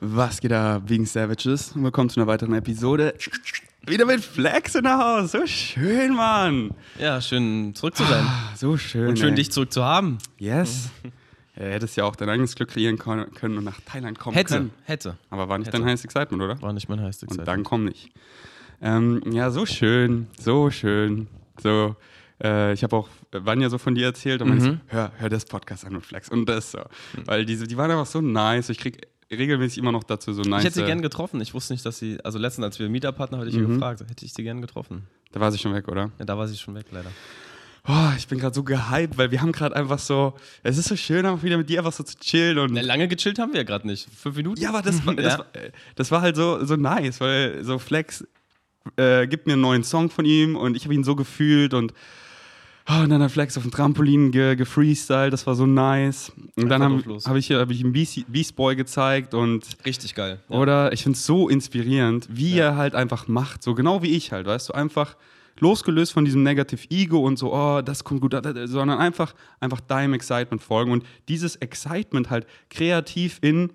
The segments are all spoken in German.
Was geht da, Vegan Savages? Und willkommen zu einer weiteren Episode. Wieder mit Flex in der Haus. So schön, Mann. Ja, schön zurück zu sein. So schön. Und schön, dich zurück zu haben. Yes. Ja, hättest ja auch dein eigenes Glück kreieren können und nach Thailand kommen können. Hätte. Aber war nicht dein Highest Excitement, oder? War nicht mein Highest Excitement. Und dann komm nicht. Ja, so schön. So schön. So. Ich habe auch Vanja so von dir erzählt und meinte so, hör das Podcast an mit Flex und das so. Weil die waren einfach so nice. Ich krieg regelmäßig immer noch dazu so nice. Ich hätte sie gern getroffen. Ich wusste nicht, dass sie, also letztens, als wir Meetup hatten, hatte ich sie gefragt, hätte ich sie gern getroffen. Da war sie schon weg, oder? Ja, da war sie schon weg, leider. Oh, ich bin gerade so gehypt, weil wir haben gerade einfach so, es ist so schön, einfach wieder mit dir einfach so zu chillen. Und Lange gechillt haben wir ja gerade nicht. 5 Minuten? Ja, aber das war halt so nice, weil so Flex gibt mir einen neuen Song von ihm und ich habe ihn so gefühlt und dann hat Flex auf dem Trampolin gefreestylt, das war so nice. Und dann habe ich ihm Beast Boy gezeigt und richtig geil. Ja. Oder ich finde es so inspirierend, wie er halt einfach macht, so genau wie ich halt, weißt du, einfach losgelöst von diesem Negative Ego und so, oh, das kommt gut, sondern einfach deinem Excitement folgen und dieses Excitement halt kreativ in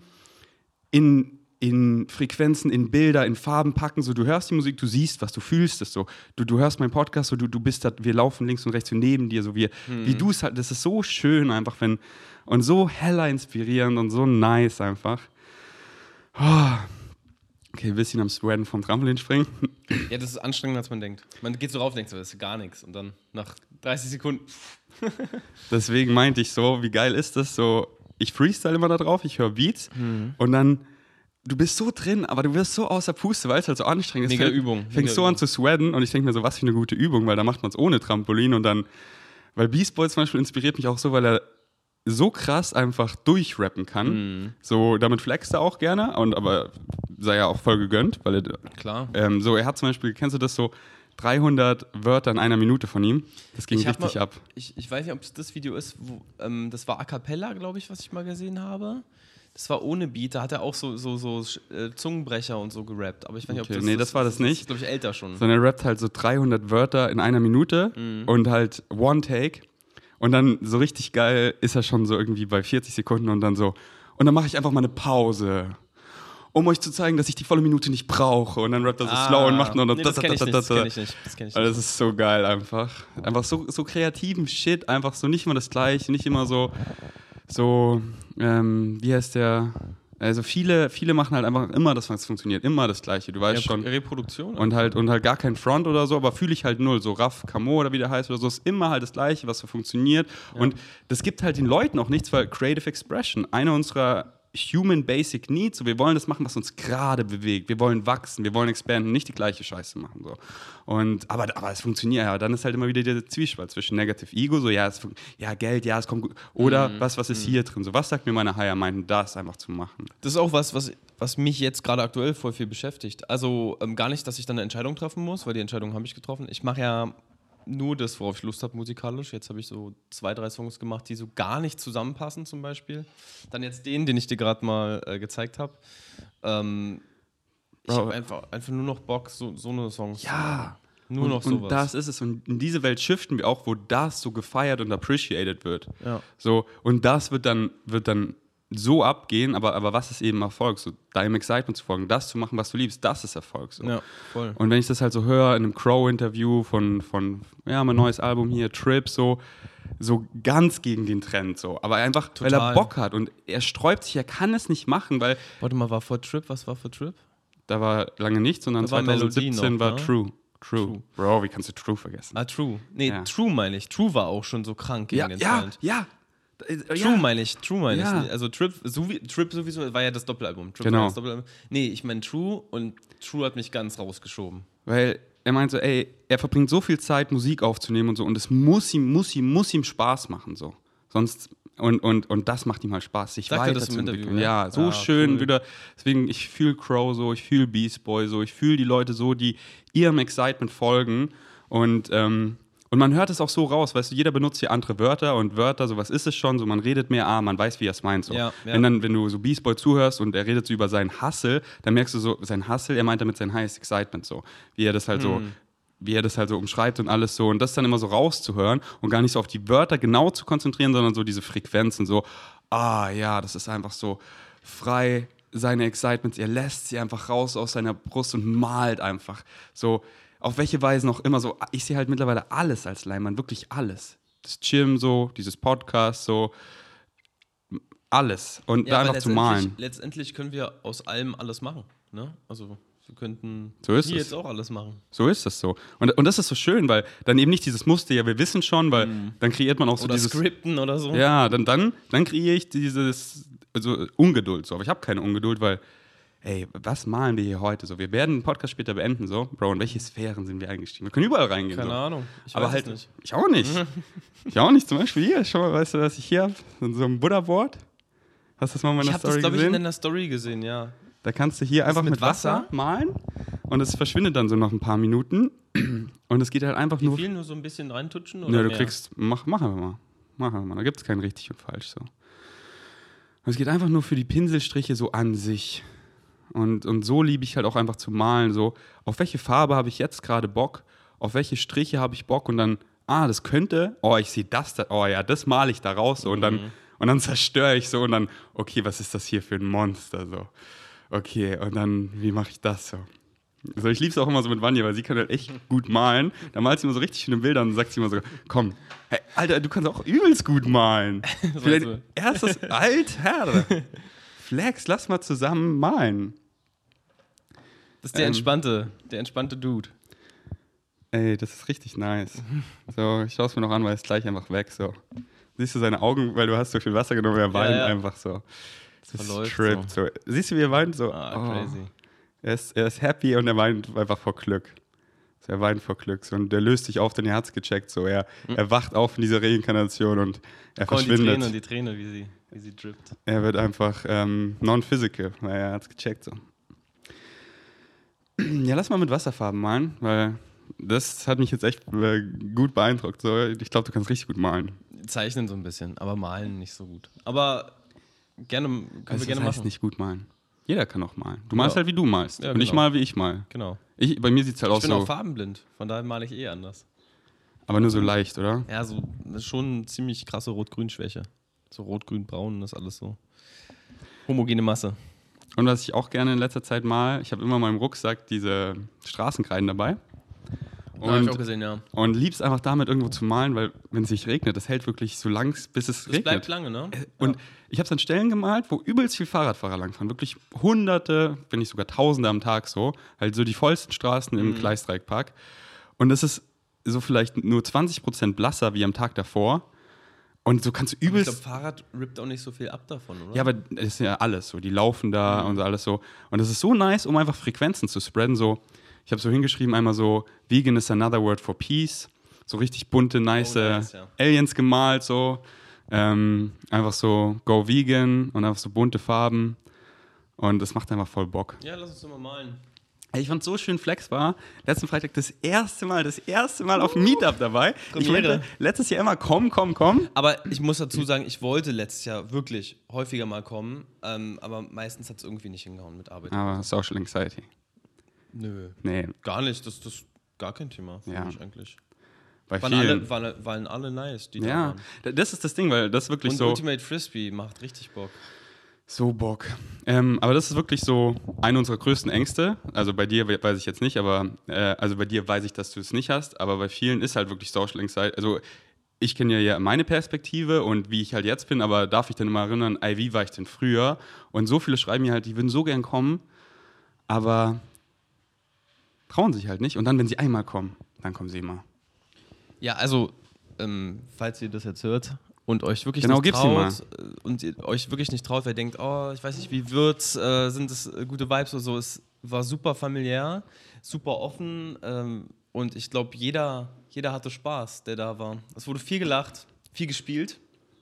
Frequenzen, in Bilder, in Farben packen, so du hörst die Musik, du siehst was, du fühlst es so, du hörst meinen Podcast, so du bist da, wir laufen links und rechts so neben dir, so wie du es halt, das ist so schön einfach, und so heller inspirierend und so nice einfach. Oh. Okay, ein bisschen am Sweaten vom Trampolin springen. Ja, das ist anstrengender, als man denkt. Man geht so rauf und denkt so, das ist gar nichts und dann nach 30 Sekunden. Deswegen meinte ich so, wie geil ist das so, ich freestyle immer da drauf, ich höre Beats und dann du bist so drin, aber du wirst so außer Puste, weil es halt so anstrengend ist. Mega Übung. Fängst so an zu sweaten und ich denke mir so, was für eine gute Übung, weil da macht man es ohne Trampolin und dann, weil Beast Boy zum Beispiel inspiriert mich auch so, weil er so krass einfach durchrappen kann. So, damit flext er auch gerne, aber sei ja auch voll gegönnt, weil er, klar. So, er hat zum Beispiel, kennst du das so, 300 Wörter in einer Minute von ihm. Das ging richtig ab. Ich weiß nicht, ob es das Video ist, wo, das war A Cappella, glaube ich, was ich mal gesehen habe. Das war ohne Beat, da hat er auch so Zungenbrecher und so gerappt. Aber ich weiß nicht, ob das war das nicht. Das ist, glaube ich, älter schon. Sondern er rappt halt so 300 Wörter in einer Minute und halt One Take. Und dann so richtig geil ist er schon so irgendwie bei 40 Sekunden und dann so, und dann mache ich einfach mal eine Pause, um euch zu zeigen, dass ich die volle Minute nicht brauche. Und dann rappt er so slow und macht nur noch das kenn ich nicht. Das ist so geil einfach. Einfach so kreativen Shit, einfach so nicht immer das Gleiche, nicht immer so wie heißt der? Also viele machen halt einfach immer das, was funktioniert, immer das Gleiche, du weißt schon. Reproduktion. Und halt gar kein Front oder so, aber fühle ich halt null. So Raf Camo oder wie der heißt oder so, ist immer halt das Gleiche, was so funktioniert. Ja. Und das gibt halt den Leuten auch nichts, weil Creative Expression, eine unserer Human Basic Needs, so, wir wollen das machen, was uns gerade bewegt. Wir wollen wachsen, wir wollen expanden, nicht die gleiche Scheiße machen. So. Aber es funktioniert ja. Dann ist halt immer wieder der Zwiespalt zwischen Negative Ego, so Geld, ja, es kommt gut. Oder was ist hier drin? So, was sagt mir meine Higher Mind, das einfach zu machen? Das ist auch was mich jetzt gerade aktuell voll viel beschäftigt. Also gar nicht, dass ich dann eine Entscheidung treffen muss, weil die Entscheidung habe ich getroffen. Ich mache ja nur das, worauf ich Lust habe musikalisch. Jetzt habe ich so 2, 3 Songs gemacht, die so gar nicht zusammenpassen zum Beispiel. Dann jetzt den ich dir gerade mal gezeigt habe. Ich habe einfach nur noch Bock, so eine Songs zu machen. Nur noch sowas. Und das ist es. Und in diese Welt shiften wir auch, wo das so gefeiert und appreciated wird. Ja. So, und das wird dann so abgehen, aber was ist eben Erfolg? So, deinem Excitement zu folgen, das zu machen, was du liebst, das ist Erfolg. So. Ja, voll. Und wenn ich das halt so höre in einem Crow-Interview von mein neues Album hier, Trip, so ganz gegen den Trend, so. Aber einfach, Total. Weil er Bock hat und er sträubt sich, er kann es nicht machen, weil... Warte mal, was war vor Trip? Da war lange nichts, sondern 2017 noch, war ne? True. Bro, wie kannst du True vergessen? True. Nee, ja. True meine ich. True war auch schon so krank gegen den Trend. Ja. True meine ich. Ja. Also Trip sowieso war ja das Doppelalbum. Genau. Nee, ich meine True und True hat mich ganz rausgeschoben. Weil er meint so, er verbringt so viel Zeit, Musik aufzunehmen und so und es muss ihm Spaß machen, so. Sonst, und das macht ihm halt Spaß, sich weiterzuentwickeln. Ja, so schön cool. Wieder. Deswegen, ich fühle Crow so, ich fühle Beast Boy so, ich fühle die Leute so, die ihrem Excitement folgen und man hört es auch so raus, weißt du, jeder benutzt hier andere Wörter und Wörter, so was ist es schon, so man redet mehr, man weiß, wie er es meint. So. Ja. Wenn du so Beast Boy zuhörst und er redet so über seinen Hustle, dann merkst du so, sein Hustle, er meint damit sein Highest Excitement, so, wie er das halt so umschreibt und alles so und das dann immer so rauszuhören und gar nicht so auf die Wörter genau zu konzentrieren, sondern so diese Frequenzen, so, das ist einfach so frei seine Excitements, er lässt sie einfach raus aus seiner Brust und malt einfach. So, auf welche Weise noch immer so. Ich sehe halt mittlerweile alles als Leinwand, wirklich alles. Das Gym so, dieses Podcast so, alles. Und da einfach zu malen. Letztendlich können wir aus allem alles machen, ne? Also wir könnten jetzt auch alles machen. So ist das so. Und das ist so schön, weil dann eben nicht dieses Muster, ja, wir wissen schon, weil dann kreiert man auch so oder dieses... Skripten oder so. Ja, dann kreiere ich dieses also Ungeduld so. Aber ich habe keine Ungeduld, weil, ey, was malen wir hier heute so? Wir werden den Podcast später beenden so. Bro, in welche Sphären sind wir eingestiegen? Wir können überall reingehen. Keine so. Ahnung. Ich aber weiß halt nicht. Ich auch nicht. Ich auch nicht. Zum Beispiel hier, schau mal, weißt du, was ich hier habe? So ein Buddha-Board. Hast du das mal in meiner Story gesehen? Ich habe das, glaube ich, in deiner Story gesehen, ja. Da kannst du hier einfach mit Wasser malen und es verschwindet dann so nach ein paar Minuten und es geht halt einfach nur... Wie viel, nur so ein bisschen reintutschen? Oder du kriegst... Mach einfach mal. Da gibt es kein richtig und falsch so. Und es geht einfach nur für die Pinselstriche so an sich. Und so liebe ich halt auch einfach zu malen. So, auf welche Farbe habe ich jetzt gerade Bock? Auf welche Striche habe ich Bock? Und dann, das könnte... ich sehe das da. Oh ja, das male ich da raus. So. Und dann zerstöre ich so und dann, okay, was ist das hier für ein Monster? So. Okay, und dann, wie mache ich das so? Also ich liebe es auch immer so mit Vanja, weil sie kann halt echt gut malen. Da malt sie immer so richtig schöne Bilder und dann sagt sie immer so, komm, hey, Alter, du kannst auch übelst gut malen. Vielleicht erstes, Alter, Flex, lass mal zusammen malen. Das ist der entspannte Dude. Ey, das ist richtig nice. So, ich schaue es mir noch an, weil es gleich einfach weg, so. Siehst du seine Augen, weil du hast so viel Wasser genommen, er weint einfach so. Das trippt so. Siehst du, wie er weint? So, crazy. Er ist happy und er weint einfach vor Glück. So, er weint vor Glück. So, und der löst sich auf, denn er hat es gecheckt. So. Er wacht auf in dieser Reinkarnation und er verschwindet. Die Träne, wie sie drippt. Er wird einfach non-physical, weil er hat es gecheckt. So. Ja, lass mal mit Wasserfarben malen, weil das hat mich jetzt echt gut beeindruckt. So. Ich glaube, du kannst richtig gut malen. Zeichnen so ein bisschen, aber malen nicht so gut. Aber können wir gerne machen. Nicht gut malen. Jeder kann auch malen. Du malst halt, wie du malst. Ja, und ich mal, wie ich mal. Genau. Bei mir sieht es halt aus so... Ich bin auch farbenblind, von daher male ich anders. Aber nur so leicht, oder? Ja, so schon eine ziemlich krasse Rot-Grün-Schwäche. So Rot-Grün-Braun, das ist alles so homogene Masse. Und was ich auch gerne in letzter Zeit mal, ich habe immer in meinem Rucksack diese Straßenkreiden dabei. Und, habe ich auch gesehen, ja. Und lieb's einfach damit irgendwo zu malen, weil wenn es nicht regnet, das hält wirklich so lang, bis es regnet. Das bleibt lange, ne? Und ich habe es an Stellen gemalt, wo übelst viel Fahrradfahrer langfahren. Wirklich Hunderte, wenn nicht sogar Tausende am Tag so. Halt so die vollsten Straßen im Gleisdreieckpark. Und das ist so vielleicht nur 20% blasser wie am Tag davor. Und so kannst du übelst... Ich glaube, Fahrrad rippt auch nicht so viel ab davon, oder? Ja, aber das ist ja alles so. Die laufen da und so alles so. Und das ist so nice, um einfach Frequenzen zu spreaden. So, ich habe so hingeschrieben, einmal so, Vegan is another word for peace. So richtig bunte, nice Aliens gemalt, so. Einfach so, go vegan und einfach so bunte Farben. Und das macht einfach voll Bock. Ja, lass uns doch mal malen. Ich fand so schön, Flex war letzten Freitag das erste Mal auf dem Meetup dabei. Ich meinte letztes Jahr immer komm. Aber ich muss dazu sagen, ich wollte letztes Jahr wirklich häufiger mal kommen, aber meistens hat es irgendwie nicht hingehauen mit Arbeit. Aber Social Anxiety. Nö. Nee. Gar nicht, das ist gar kein Thema für mich eigentlich. Waren alle nice, die da waren. Das ist das Ding, weil das wirklich so... Und Ultimate Frisbee macht richtig Bock. So Bock. Aber das ist wirklich so eine unserer größten Ängste. Also bei dir weiß ich jetzt nicht, aber also bei dir weiß ich, dass du es nicht hast, aber bei vielen ist halt wirklich Social Anxiety. Also ich kenne ja meine Perspektive und wie ich halt jetzt bin, aber darf ich dann immer erinnern, wie war ich denn früher? Und so viele schreiben mir halt, die würden so gern kommen, aber trauen sich halt nicht. Und dann, wenn sie einmal kommen, dann kommen sie immer. Ja, also, falls ihr das jetzt hört und euch wirklich nicht traut, wer denkt, ich weiß nicht, wie wird's, sind es gute Vibes oder so, es war super familiär, super offen und ich glaube, jeder hatte Spaß, der da war. Es wurde viel gelacht, viel gespielt.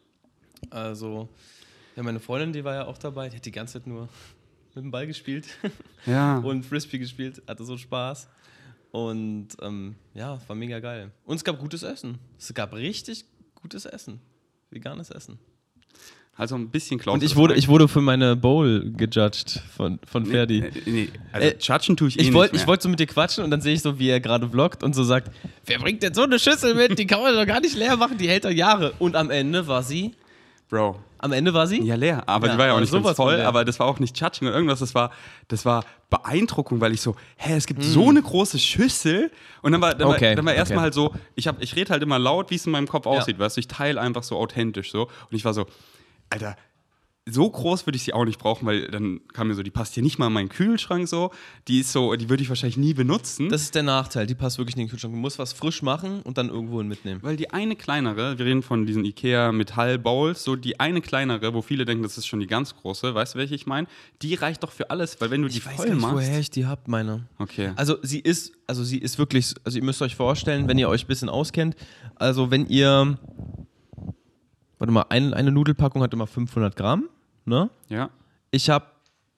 Also, ja, meine Freundin, die war ja auch dabei, die hat die ganze Zeit nur mit dem Ball gespielt und Frisbee gespielt, hatte so Spaß. Und war mega geil. Und es gab gutes Essen. Es gab richtig gutes Essen. Veganes Essen. Also ein bisschen Klaus. Und ich wurde für meine Bowl gejudged von Ferdi. Nee. Also judgen tue ich nicht mehr. Ich wollte so mit dir quatschen und dann sehe ich so, wie er gerade vloggt und so sagt, wer bringt denn so eine Schüssel mit? Die kann man doch gar nicht leer machen, die hält doch Jahre. Und am Ende war sie... Bro. Am Ende war sie? Ja, leer. Aber die war ja auch nicht ganz voll. Aber das war auch nicht Judging oder irgendwas. Das war Beeindruckung, weil ich so, es gibt so eine große Schüssel. Und dann war erstmal halt so, ich rede halt immer laut, wie es in meinem Kopf aussieht. Weißt du, ich teile einfach so authentisch so. Und ich war so, Alter, so groß würde ich sie auch nicht brauchen, weil dann kam mir so, die passt hier nicht mal in meinen Kühlschrank so. Die würde ich wahrscheinlich nie benutzen. Das ist der Nachteil, die passt wirklich in den Kühlschrank. Du musst was frisch machen und dann irgendwo mitnehmen. Weil die eine kleinere, wir reden von diesen Ikea Metall-Bowls, so die eine kleinere, wo viele denken, das ist schon die ganz große, weißt du, welche ich meine? Die reicht doch für alles, weil wenn du die voll machst... Ich weiß gar nicht, woher ich die hab, meine. Okay. Also sie ist wirklich, also ihr müsst euch vorstellen, wenn ihr euch ein bisschen auskennt, also wenn ihr, warte mal, eine Nudelpackung hat immer 500 Gramm. Ne? Ja. Ich habe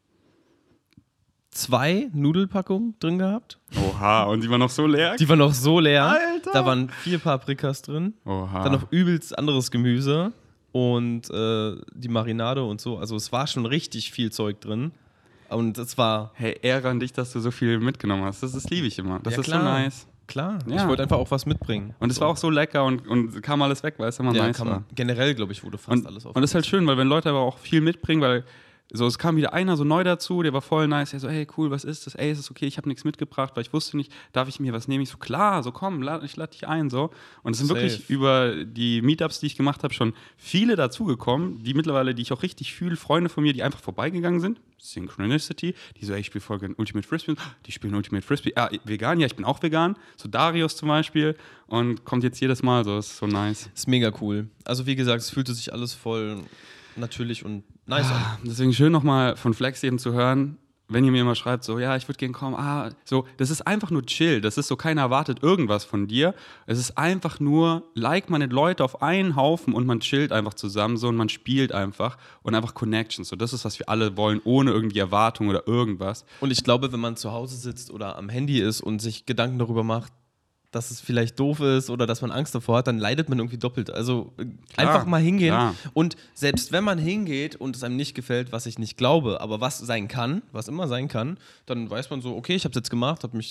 2 Nudelpackungen drin gehabt. Oha, und die war noch so leer? Die war noch so leer. Alter. Da waren 4 Paprikas drin. Oha. Dann noch übelst anderes Gemüse und die Marinade und so. Also es war schon richtig viel Zeug drin. Und es war... Hey, Ehre an dich, dass du so viel mitgenommen hast. Das liebe ich immer. Das ist so nice. Klar, ja. Ich wollte einfach auch was mitbringen. Und es war auch so lecker und kam alles weg, weil es immer nice war. Generell, glaube ich, wurde fast alles auf. Und das ist halt schön, weil wenn Leute aber auch viel mitbringen, weil so, es kam wieder einer so neu dazu, der war voll nice, der so, hey, cool, was ist das? Ey, ist das okay? Ich habe nichts mitgebracht, weil ich wusste nicht, darf ich mir was nehmen? Ich so, klar, so komm, ich lade dich ein, so. Und es sind wirklich über die Meetups, die ich gemacht habe, schon viele dazugekommen, die mittlerweile, die ich auch richtig fühle, Freunde von mir, die einfach vorbeigegangen sind, Synchronicity, die so, ey, ich spiele voll gerne Ultimate Frisbee, die spielen Ultimate Frisbee, vegan, ja, ich bin auch vegan, so Darius zum Beispiel, und kommt jetzt jedes Mal, so, ist so nice. Ist mega cool. Also wie gesagt, es fühlte sich alles voll natürlich und nice an. Deswegen schön nochmal von Flex eben zu hören, wenn ihr mir immer schreibt, so, ja, ich würde gerne kommen, so, das ist einfach nur chill, das ist so, keiner erwartet irgendwas von dir, es ist einfach nur, man die Leute auf einen Haufen und man chillt einfach zusammen so und man spielt einfach und einfach Connections, so, das ist, was wir alle wollen, ohne irgendwie Erwartung oder irgendwas. Und ich glaube, wenn man zu Hause sitzt oder am Handy ist und sich Gedanken darüber macht, dass es vielleicht doof ist oder dass man Angst davor hat, dann leidet man irgendwie doppelt. Also einfach mal hingehen. Klar. Und selbst wenn man hingeht und es einem nicht gefällt, was ich nicht glaube, aber was sein kann, was immer sein kann, dann weiß man so, okay, ich habe es jetzt gemacht, habe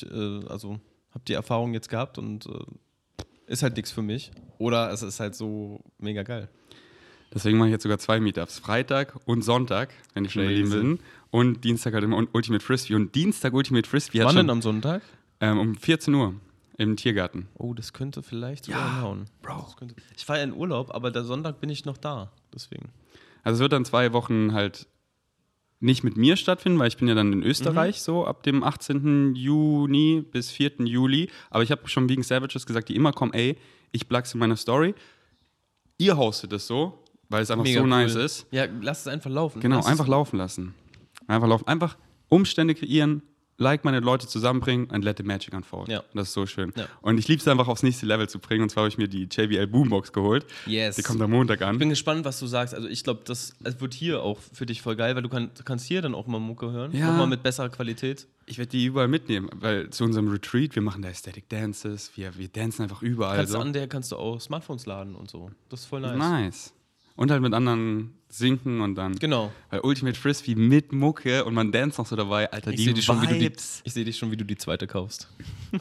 die Erfahrung jetzt gehabt und ist halt nichts für mich. Oder es ist halt so mega geil. Deswegen mache ich jetzt sogar 2 Meetups. Freitag und Sonntag, wenn ich schon in Berlin bin. Und Dienstag halt immer Ultimate Frisbee. Und Dienstag Ultimate Frisbee hat Wann denn am Sonntag? Um 14 Uhr. Im Tiergarten. Oh, das könnte vielleicht sogar hinhauen. Bro. Ich fahre ja in Urlaub, aber der Sonntag bin ich noch da. Deswegen. Also es wird dann 2 Wochen halt nicht mit mir stattfinden, weil ich bin ja dann in Österreich so ab dem 18. Juni bis 4. Juli. Aber ich habe schon wegen Savages gesagt, die immer kommen, ey, ich plug's in meiner Story. Ihr hostet es so, weil es einfach mega so nice ist. Ja, lass es einfach laufen. Genau, einfach laufen lassen. Einfach Umstände kreieren, meine Leute zusammenbringen and let the magic unfold. Ja. Das ist so schön. Ja. Und ich liebe es einfach aufs nächste Level zu bringen. Und zwar habe ich mir die JBL Boombox geholt. Yes. Die kommt am Montag an. Ich bin gespannt, was du sagst. Also ich glaube, das wird hier auch für dich voll geil, weil du kannst hier dann auch mal Mucke hören. Ja. Nochmal mit besserer Qualität. Ich werde die überall mitnehmen, weil zu unserem Retreat, wir machen da Aesthetic Dances, wir dancen einfach überall. An der kannst du auch Smartphones laden und so. Das ist voll nice. Nice. Und halt mit anderen sinken und dann. Genau. Weil Ultimate Frisbee mit Mucke und man dance noch so dabei. Alter, die Vibes. Ich sehe dich schon, wie du die zweite kaufst.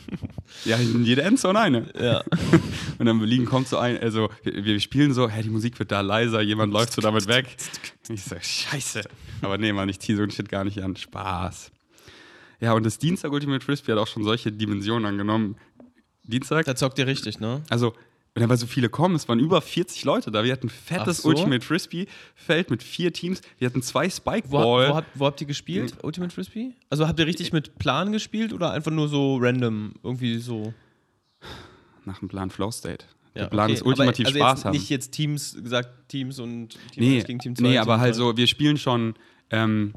Ja, in jeder Endzone eine. Ja. Und dann Berlin kommt so ein, also wir spielen so, die Musik wird da leiser, jemand läuft so damit weg. Ich so, scheiße. Aber nee, Mann, ich ziehe so ein Shit gar nicht an. Spaß. Ja, und das Dienstag Ultimate Frisbee hat auch schon solche Dimensionen angenommen. Dienstag. Da zockt ihr richtig, ne? Also, und dann, weil so viele kommen, es waren über 40 Leute da. Wir hatten ein fettes Ultimate Frisbee-Feld mit 4 Teams. Wir hatten 2 Spikeball. Wo habt ihr gespielt, Ultimate Frisbee? Also habt ihr richtig mit Plan gespielt oder einfach nur so random? Irgendwie so? Nach dem Plan Flow State. Ja, der Plan ist ultimativ also Spaß haben. Nicht jetzt Teams und Team 1 gegen Team 2. Nee, aber halt so, wir spielen schon ein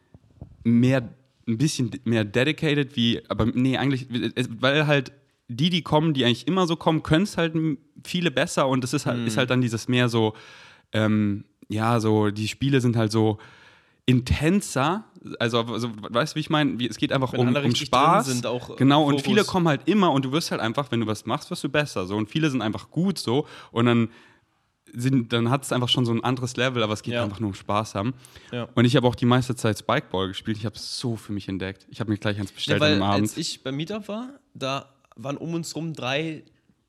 bisschen mehr dedicated aber nee, eigentlich, weil halt die kommen, die eigentlich immer so kommen, können es halt viele besser und es ist halt dann dieses mehr so, so die Spiele sind halt so intenser, also weißt du, wie ich meine? Es geht einfach um Spaß. Sind auch, genau, und viele kommen halt immer und du wirst halt einfach, wenn du was machst, wirst du besser. So. Und viele sind einfach gut so und dann hat es einfach schon so ein anderes Level, aber es geht einfach nur um Spaß haben. Ja. Und ich habe auch die meiste Zeit Spikeball gespielt. Ich habe es so für mich entdeckt. Ich habe mir gleich eins bestellt am Abend. Als ich beim Meetup war, da waren um uns rum 3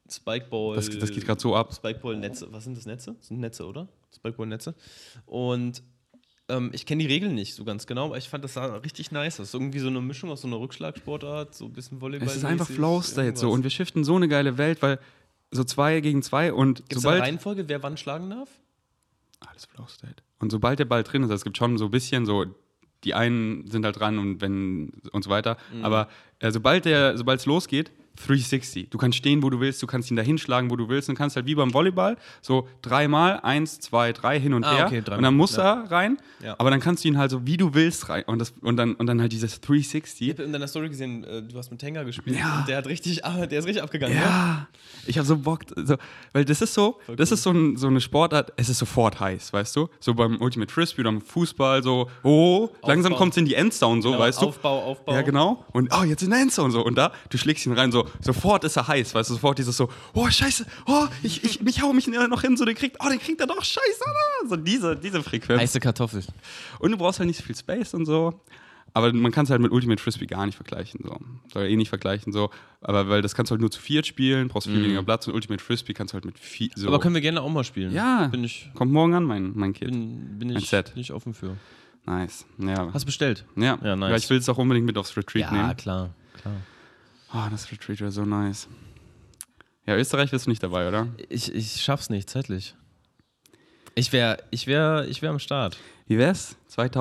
Spikeball. Das geht gerade so ab. Spikeball-Netze. Was sind das, Netze? Das sind Netze, oder? Spikeball-Netze. Und ich kenne die Regeln nicht so ganz genau, aber ich fand das sah richtig nice. Das ist irgendwie so eine Mischung aus so einer Rückschlagsportart, so ein bisschen Volleyball. Es ist einfach Flow-State so und wir shiften so eine geile Welt, weil so 2 gegen 2 und Gibt's sobald... eine Reihenfolge, wer wann schlagen darf? Alles Flow-State. Und sobald der Ball drin ist, also es gibt schon so ein bisschen so, die einen sind halt dran und so weiter, aber sobald es losgeht, 360. Du kannst stehen, wo du willst, du kannst ihn da hinschlagen, wo du willst und kannst halt wie beim Volleyball so 3-mal, 1, 2, 3 hin und her und dann muss er rein, aber dann kannst du ihn halt so wie du willst rein und dann halt dieses 360. Ich habe in deiner Story gesehen, du hast mit Tenga gespielt und der ist richtig abgegangen. Ja, ich habe so Bock, so, weil das ist so eine Sportart, es ist sofort heiß, weißt du? So beim Ultimate Frisbee oder beim Fußball so, langsam kommt es in die Endzone so, genau, weißt du? Aufbau. Ja, genau. Und jetzt in der Endzone so und da, du schlägst ihn rein so, sofort ist er heiß, weißt du, sofort dieses so, scheiße, ich hau mich noch hin, so den kriegt er doch, scheiße, so diese Frequenz. Heiße Kartoffel. Und du brauchst halt nicht so viel Space und so, aber man kann es halt mit Ultimate Frisbee gar nicht vergleichen, so. Soll nicht vergleichen, so, aber weil das kannst du halt nur zu 4 spielen, brauchst viel weniger Platz und Ultimate Frisbee kannst du halt mit 4, so. Aber können wir gerne auch mal spielen. Ja, kommt morgen an, mein Kid. Bin ich offen für. Nice, ja. Hast du bestellt? Ja, nice. Weil ich will es auch unbedingt mit aufs Retreat nehmen. Ja, klar. Das Retreat wäre so nice. Ja, Österreich bist du nicht dabei, oder? Ich schaff's nicht, zeitlich. Ich wär am Start. Wie wär's?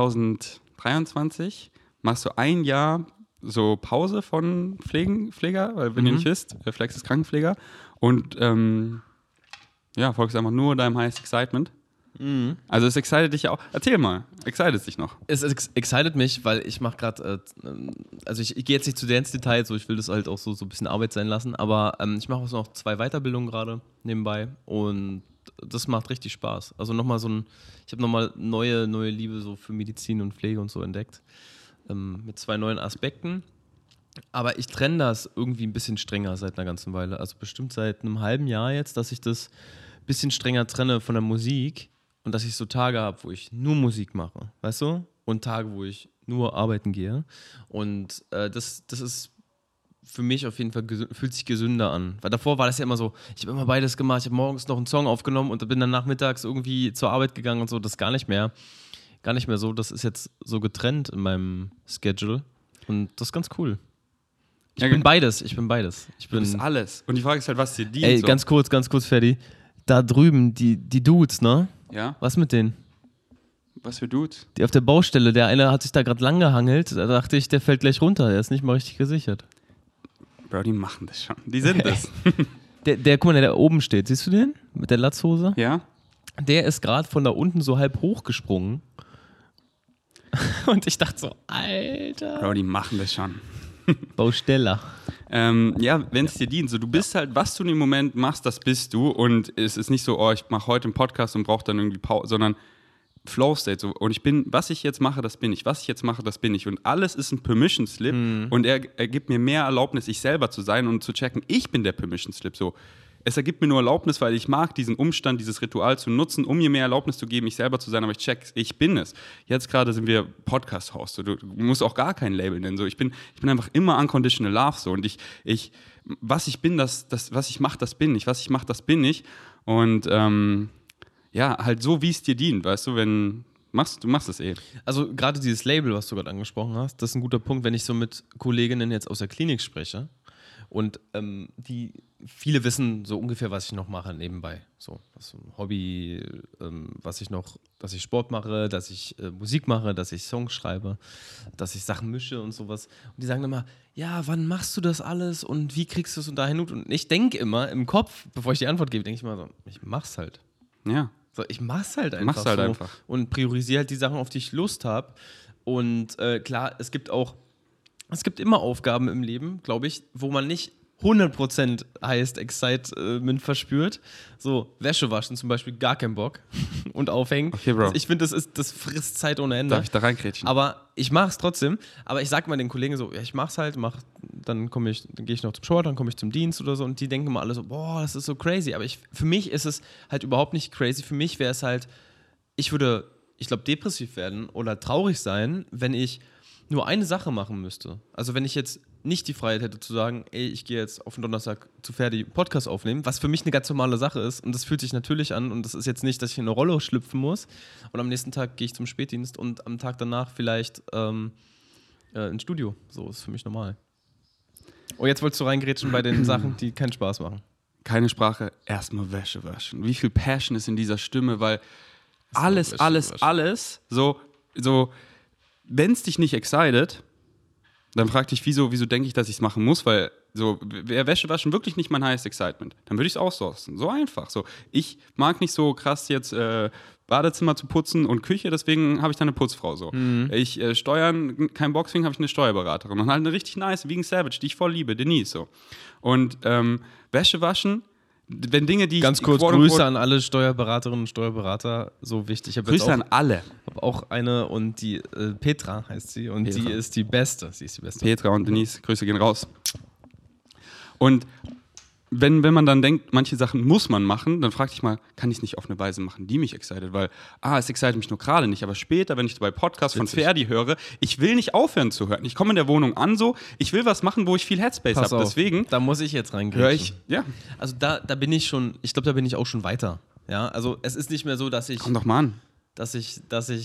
2023 machst du ein Jahr so Pause von Pfleger, weil wenn ihr nicht wisst, Flex ist Krankenpfleger und folgst einfach nur deinem Highest Excitement. Also es excited dich ja auch. Erzähl mal, excited es dich noch? Es excited mich, weil ich mache gerade, also ich gehe jetzt nicht zu sehr ins Detail, so ich will das halt auch so ein bisschen Arbeit sein lassen, aber ich mache auch noch 2 Weiterbildungen gerade nebenbei und das macht richtig Spaß. Also nochmal ich habe nochmal neue Liebe so für Medizin und Pflege und so entdeckt, mit 2 neuen Aspekten. Aber ich trenne das irgendwie ein bisschen strenger seit einer ganzen Weile. Also bestimmt seit einem halben Jahr jetzt, dass ich das ein bisschen strenger trenne von der Musik. Und dass ich so Tage habe, wo ich nur Musik mache, weißt du? Und Tage, wo ich nur arbeiten gehe. Und das ist für mich auf jeden Fall, fühlt sich gesünder an. Weil davor war das ja immer so, ich habe immer beides gemacht. Ich habe morgens noch einen Song aufgenommen und bin dann nachmittags irgendwie zur Arbeit gegangen und so. Das ist gar nicht mehr so. Das ist jetzt so getrennt in meinem Schedule. Und das ist ganz cool. Ich bin beides. Du bist alles. Und die Frage ist halt, was dir dient. Ey, so. ganz kurz, Ferdi. Da drüben, die Dudes, ne? Ja. Was mit denen? Was für Dudes? Die auf der Baustelle, der eine hat sich da gerade lang gehangelt, da dachte ich, der fällt gleich runter, der ist nicht mal richtig gesichert. Bro, die machen das schon. Die sind das. Guck mal, der da oben steht, siehst du den? Mit der Latzhose? Ja. Der ist gerade von da unten so halb hochgesprungen. Und ich dachte so, Alter. Bro, die machen das schon. Bausteller. Wenn es dir dient. So, du bist halt, was du im Moment machst, das bist du. Und es ist nicht so, ich mache heute einen Podcast und brauche dann irgendwie Pause, sondern Flow State. So. Und was ich jetzt mache, das bin ich. Was ich jetzt mache, das bin ich. Und alles ist ein Permission Slip. Und er gibt mir mehr Erlaubnis, ich selber zu sein und zu checken, ich bin der Permission Slip. So. Es ergibt mir nur Erlaubnis, weil ich mag diesen Umstand, dieses Ritual zu nutzen, um mir mehr Erlaubnis zu geben, ich selber zu sein, aber ich check, ich bin es. Jetzt gerade sind wir Podcast-Host, so, du musst auch gar kein Label nennen. So. Ich bin einfach immer unconditional love. So. Und was ich bin, was ich mache, das bin ich. Was ich mache, das bin ich. Und halt so, wie es dir dient, weißt du, du machst es eh. Also gerade dieses Label, was du gerade angesprochen hast, das ist ein guter Punkt, wenn ich so mit Kolleginnen jetzt aus der Klinik spreche und viele wissen so ungefähr, was ich noch mache nebenbei. So, das ist ein Hobby, dass ich Sport mache, dass ich Musik mache, dass ich Songs schreibe, dass ich Sachen mische und sowas. Und die sagen immer, ja, wann machst du das alles und wie kriegst du es und dahin? Und ich denke immer im Kopf, bevor ich die Antwort gebe, denke ich immer so, ich mach's halt. Ja. So, ich mach's halt einfach. Und priorisiere halt die Sachen, auf die ich Lust habe. Und klar, es gibt immer Aufgaben im Leben, glaube ich, wo man nicht 100% Highest Excitement verspürt. So, Wäsche waschen zum Beispiel, gar keinen Bock. Und aufhängen. Okay, Bro. Also ich finde, das frisst Zeit ohne Ende. Darf ich da reinkrätschen? Aber ich mach's trotzdem. Aber ich sag mal den Kollegen so, ja, ich mach's halt, dann gehe ich noch zum Sport, dann komme ich zum Dienst oder so. Und die denken immer alle so, boah, das ist so crazy. Aber für mich ist es halt überhaupt nicht crazy. Für mich wäre es halt, ich glaube, depressiv werden oder traurig sein, wenn ich nur eine Sache machen müsste, also wenn ich jetzt nicht die Freiheit hätte zu sagen, ey, ich gehe jetzt auf den Donnerstag zu Ferdi Podcast aufnehmen, was für mich eine ganz normale Sache ist und das fühlt sich natürlich an und das ist jetzt nicht, dass ich in eine Rolle schlüpfen muss und am nächsten Tag gehe ich zum Spätdienst und am Tag danach vielleicht ins Studio. So ist für mich normal. Oh, jetzt wolltest du reingrätschen bei den Sachen, die keinen Spaß machen. Keine Sprache, erstmal Wäsche waschen. Wie viel Passion ist in dieser Stimme, weil alles, so wenn es dich nicht excited, dann frag dich, wieso denke ich, dass ich es machen muss, weil so, wäre Wäsche waschen wirklich nicht mein highest excitement, dann würde ich es outsourcen. So einfach. So, ich mag nicht so krass jetzt Badezimmer zu putzen und Küche, deswegen habe ich da eine Putzfrau so. Ich steuern, kein Boxing, habe ich eine Steuerberaterin und halt eine richtig nice Vegan Savage, die ich voll liebe, Denise so. Und Wäsche waschen, wenn Dinge, die ganz kurz Grüße an alle Steuerberaterinnen und Steuerberater, so wichtig. Grüße an alle. Ich habe auch eine und die Petra heißt sie und Petra. Die ist die Beste. Sie ist die Beste. Petra und Denise, Grüße gehen raus. Und wenn man dann denkt, manche Sachen muss man machen, dann frag dich mal, kann ich es nicht auf eine Weise machen, die mich excited? Weil, es excited mich nur gerade nicht, aber später, wenn ich bei Podcasts von Ferdi höre, ich will nicht aufhören zu hören. Ich komme in der Wohnung an so, ich will was machen, wo ich viel Headspace habe. Deswegen da muss ich jetzt reingehen. Also da bin ich schon, ich glaube, da bin ich auch schon weiter. Ja, also es ist nicht mehr so, dass ich... Komm doch mal an. Dass ich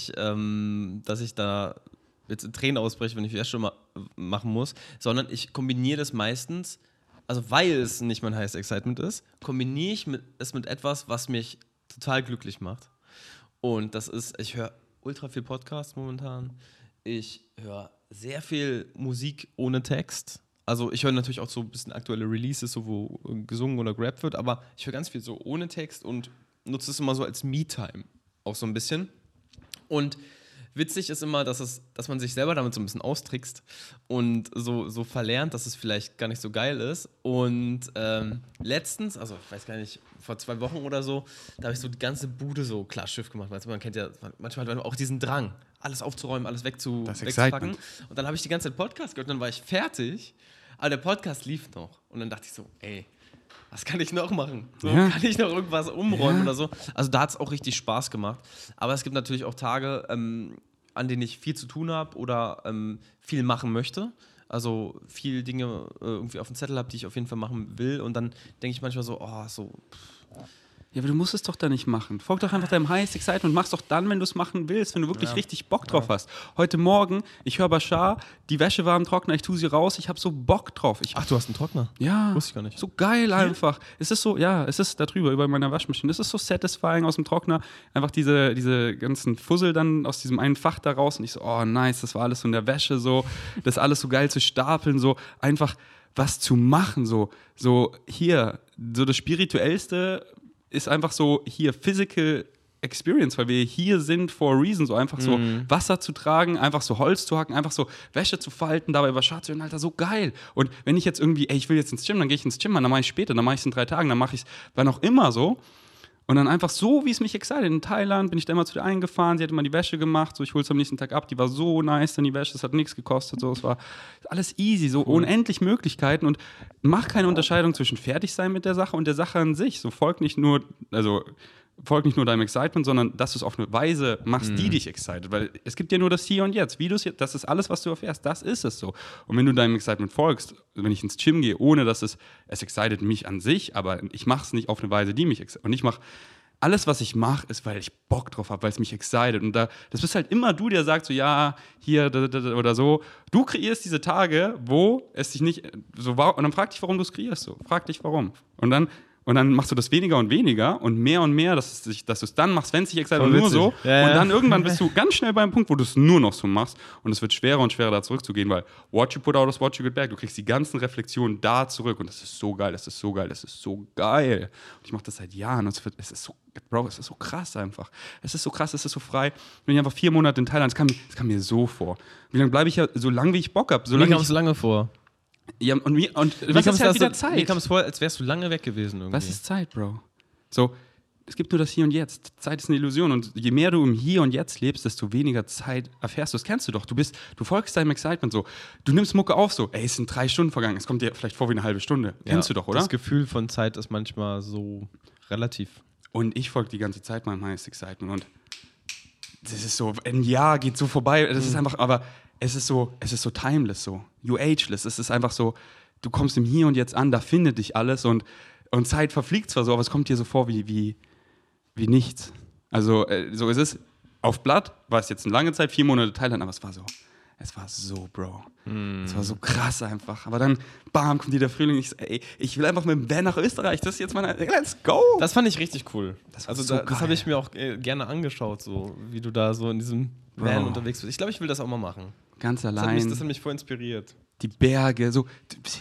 da jetzt in Tränen ausbreche, wenn ich das schon mal machen muss, sondern ich kombiniere das meistens, also weil es nicht mein highest excitement ist, kombiniere ich es mit etwas, was mich total glücklich macht. Und das ist, ich höre ultra viel Podcasts momentan, ich höre sehr viel Musik ohne Text. Also ich höre natürlich auch so ein bisschen aktuelle Releases, so wo gesungen oder gerappt wird, aber ich höre ganz viel so ohne Text und nutze es immer so als Me-Time. Auch so ein bisschen. Und witzig ist immer, dass man sich selber damit so ein bisschen austrickst und so verlernt, dass es vielleicht gar nicht so geil ist. Und letztens, also ich weiß gar nicht, vor 2 Wochen oder so, da habe ich so die ganze Bude so klar Schiff gemacht. Weil man kennt ja, manchmal hat man auch diesen Drang, alles aufzuräumen, alles wegzupacken. Und dann habe ich die ganze Zeit Podcast gehört und dann war ich fertig, aber der Podcast lief noch. Und dann dachte ich so, ey, was kann ich noch machen? So, kann ich noch irgendwas umräumen oder so? Also da hat es auch richtig Spaß gemacht. Aber es gibt natürlich auch Tage, an denen ich viel zu tun habe oder viel machen möchte. Also viele Dinge irgendwie auf dem Zettel habe, die ich auf jeden Fall machen will. Und dann denke ich manchmal so, Ja, aber du musst es doch da nicht machen. Folg doch einfach deinem highest excitement und mach's doch dann, wenn du es machen willst, wenn du wirklich richtig Bock drauf hast. Heute Morgen, ich höre Bashar, die Wäsche war im Trockner, ich tue sie raus, ich habe so Bock drauf. Ach, du hast einen Trockner? Ja. Wusste ich gar nicht. So geil einfach. Es ist so, es ist da drüber, über meiner Waschmaschine. Es ist so satisfying aus dem Trockner. Einfach diese ganzen Fussel dann aus diesem einen Fach da raus und ich so, oh nice, das war alles so in der Wäsche so, das alles so geil zu stapeln, so einfach was zu machen, so hier, so das Spirituellste ist einfach so hier Physical Experience, weil wir hier sind for a reason, so einfach so Wasser zu tragen, einfach so Holz zu hacken, einfach so Wäsche zu falten, dabei über Schatz zu hören, Alter, so geil. Und wenn ich jetzt irgendwie, ich will jetzt ins Gym, dann gehe ich ins Gym, dann mache ich später, dann mache ich es in 3 Tagen, dann mache ich es wann auch immer so. Und dann einfach so, wie es mich excited. In Thailand bin ich da immer zu der eingefahren, sie hat immer die Wäsche gemacht, so ich hole es am nächsten Tag ab, die war so nice, dann die Wäsche, es hat nichts gekostet, so es war alles easy, so unendlich Möglichkeiten und mach keine Unterscheidung zwischen fertig sein mit der Sache und der Sache an sich. So folg nicht nur deinem Excitement, sondern dass du es auf eine Weise machst, die dich excited, weil es gibt ja nur das Hier und Jetzt. Wie du es jetzt, das ist alles, was du erfährst, das ist es so. Und wenn du deinem Excitement folgst, wenn ich ins Gym gehe, ohne dass es excited mich an sich, aber ich mache es nicht auf eine Weise, die mich excited. Und ich mache alles, was ich mache, ist, weil ich Bock drauf habe, weil es mich excited. Und das bist halt immer du, der sagt so, ja, hier oder so. Du kreierst diese Tage, wo es dich nicht so war. Und dann frag dich, warum du es kreierst so. Frag dich, warum. Und dann machst du das weniger und weniger und mehr, dass du es dann machst, wenn es dich excited und nur so. Ja. Und dann irgendwann bist du ganz schnell beim Punkt, wo du es nur noch so machst. Und es wird schwerer und schwerer, da zurückzugehen, weil what you put out is what you get back. Du kriegst die ganzen Reflexionen da zurück. Und das ist so geil, das ist so geil, das ist so geil. Und ich mache das seit Jahren. Und es ist so krass einfach. Es ist so krass, es ist so frei. Wenn ich einfach 4 Monate in Thailand, es kam mir so vor. Wie lange bleibe ich ja? So lange, wie ich Bock habe. Mir kam es lange vor. Ja, und was ist halt wieder Zeit? Mir kam es vor, als wärst du lange weg gewesen irgendwie. Was ist Zeit, Bro? So, es gibt nur das Hier und Jetzt. Zeit ist eine Illusion und je mehr du im Hier und Jetzt lebst, desto weniger Zeit erfährst du. Das kennst du doch. Du folgst deinem Excitement so. Du nimmst Mucke auf so, es sind 3 Stunden vergangen. Es kommt dir vielleicht vor wie eine halbe Stunde. Ja, kennst du doch, oder? Das Gefühl von Zeit ist manchmal so relativ. Und ich folge die ganze Zeit meinem highest excitement und das ist so, ein Jahr geht so vorbei. Das ist einfach, aber es ist so timeless so. You ageless. Es ist einfach so, du kommst im Hier und Jetzt an, da findet dich alles und Zeit verfliegt zwar so, aber es kommt dir so vor wie nichts. Also so ist es. Auf Blatt war es jetzt eine lange Zeit, 4 Monate Thailand, aber es war so, Bro. Es war so krass einfach. Aber dann, bam, kommt der Frühling. Ich will einfach mit dem Van nach Österreich. Das ist jetzt let's go. Das fand ich richtig cool. Das habe ich mir auch gerne angeschaut, so wie du da so in diesem Van unterwegs bist. Ich glaube, ich will das auch mal machen. Ganz allein. Das hat mich voll inspiriert. Die Berge, so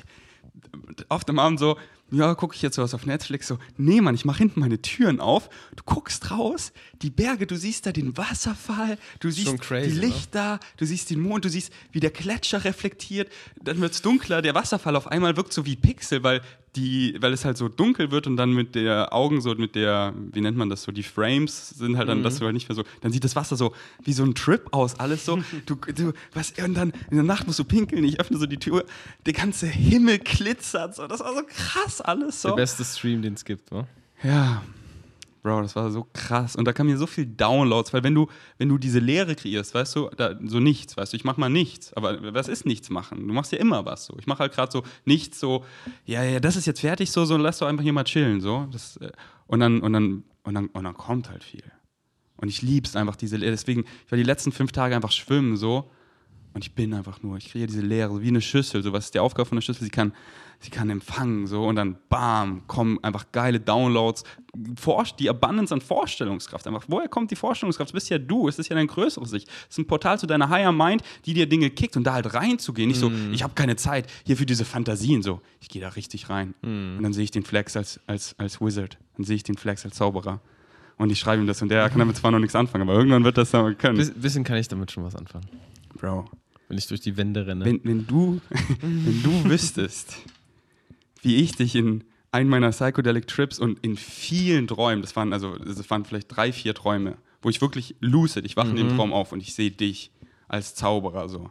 oft am Abend so, ja, gucke ich jetzt sowas auf Netflix, so, nee, Mann, ich mache hinten meine Türen auf, du guckst raus, die Berge, du siehst da den Wasserfall, du siehst crazy, die Lichter, ne? Du siehst den Mond, du siehst, wie der Gletscher reflektiert, dann wird es dunkler, der Wasserfall auf einmal wirkt so wie Pixel, weil es halt so dunkel wird und dann mit der Augen so, wie nennt man das so, die Frames sind halt dann, dass du halt nicht mehr so, dann sieht das Wasser so wie so ein Trip aus, alles so, und dann in der Nacht musst du pinkeln, ich öffne so die Tür, der ganze Himmel glitzert, so, das war so krass alles so. Der beste Stream, den es gibt, wa? Ja, Bro, das war so krass. Und da kamen mir so viel Downloads, weil wenn du diese Leere kreierst, weißt du, so nichts, weißt du, ich mach mal nichts. Aber was ist nichts machen? Du machst ja immer was so. Ich mache halt gerade so nichts so, ja, das ist jetzt fertig so lass doch einfach hier mal chillen. So. Und dann kommt halt viel. Und ich lieb's einfach, diese Leere. Deswegen, ich war die letzten 5 Tage einfach schwimmen so. Und ich kriege diese Leere, so wie eine Schüssel. So, was ist die Aufgabe von einer Schüssel? Sie kann empfangen, so, und dann bam, kommen einfach geile Downloads, die Abundance an Vorstellungskraft. Einfach, woher kommt die Vorstellungskraft? Das bist ja du, es ist ja dein größeres Ich. Es ist ein Portal zu deiner Higher Mind, die dir Dinge kickt und da halt reinzugehen. Nicht so, ich habe keine Zeit hier für diese Fantasien, so. Ich gehe da richtig rein. Und dann sehe ich den Flex als Wizard. Dann sehe ich den Flex als Zauberer. Und ich schreibe ihm das und der kann damit zwar noch nichts anfangen, aber irgendwann wird das dann können. Bisschen kann ich damit schon was anfangen. Bro. Wenn ich durch die Wände renne. Wenn du wüsstest, wie ich dich in einen meiner Psychedelic Trips und in vielen Träumen, das waren vielleicht 3, 4 Träume, wo ich wirklich lucid, ich wache in dem Traum auf und ich sehe dich als Zauberer so.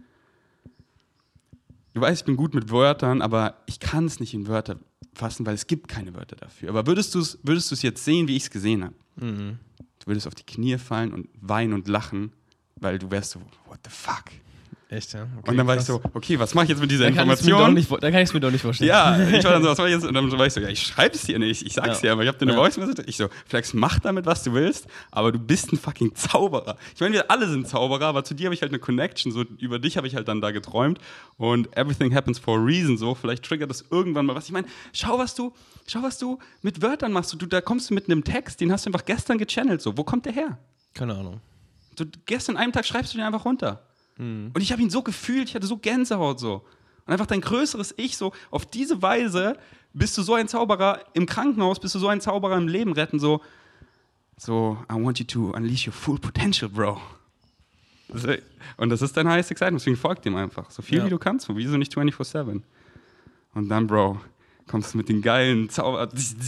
Du weißt, ich bin gut mit Wörtern, aber ich kann es nicht in Wörter fassen, weil es gibt keine Wörter dafür. Aber würdest du es jetzt sehen, wie ich es gesehen habe? Du würdest auf die Knie fallen und weinen und lachen, weil du wärst so, what the fuck? Echt, ja? Okay, und dann war ich so, okay, was mache ich jetzt mit dieser Information? Da kann ich es mir doch nicht vorstellen. Ja, ich war dann so, was mache ich jetzt? Und dann war ich so, ja, ich schreibe es dir nicht, ich sag's dir, aber ich habe dir eine Voice Message. Ich so, Flex, mach damit, was du willst, aber du bist ein fucking Zauberer. Ich meine, wir alle sind Zauberer, aber zu dir habe ich halt eine Connection, so über dich habe ich halt dann da geträumt und everything happens for a reason, so, vielleicht triggert das irgendwann mal was. Ich meine, schau, was du mit Wörtern machst. Da kommst du mit einem Text, den hast du einfach gestern gechannelt, so, wo kommt der her? Keine Ahnung. So, gestern einen Tag schreibst du den einfach runter. Und ich habe ihn so gefühlt, ich hatte so Gänsehaut so. Und einfach dein größeres Ich so, auf diese Weise bist du so ein Zauberer im Krankenhaus, bist du so ein Zauberer im Leben retten, so, I want you to unleash your full potential, bro. Und das ist dein highest excitement, deswegen folg dem einfach. So viel wie du kannst, wieso nicht 24/7? Und dann, Bro, kommst du mit den geilen Zauber...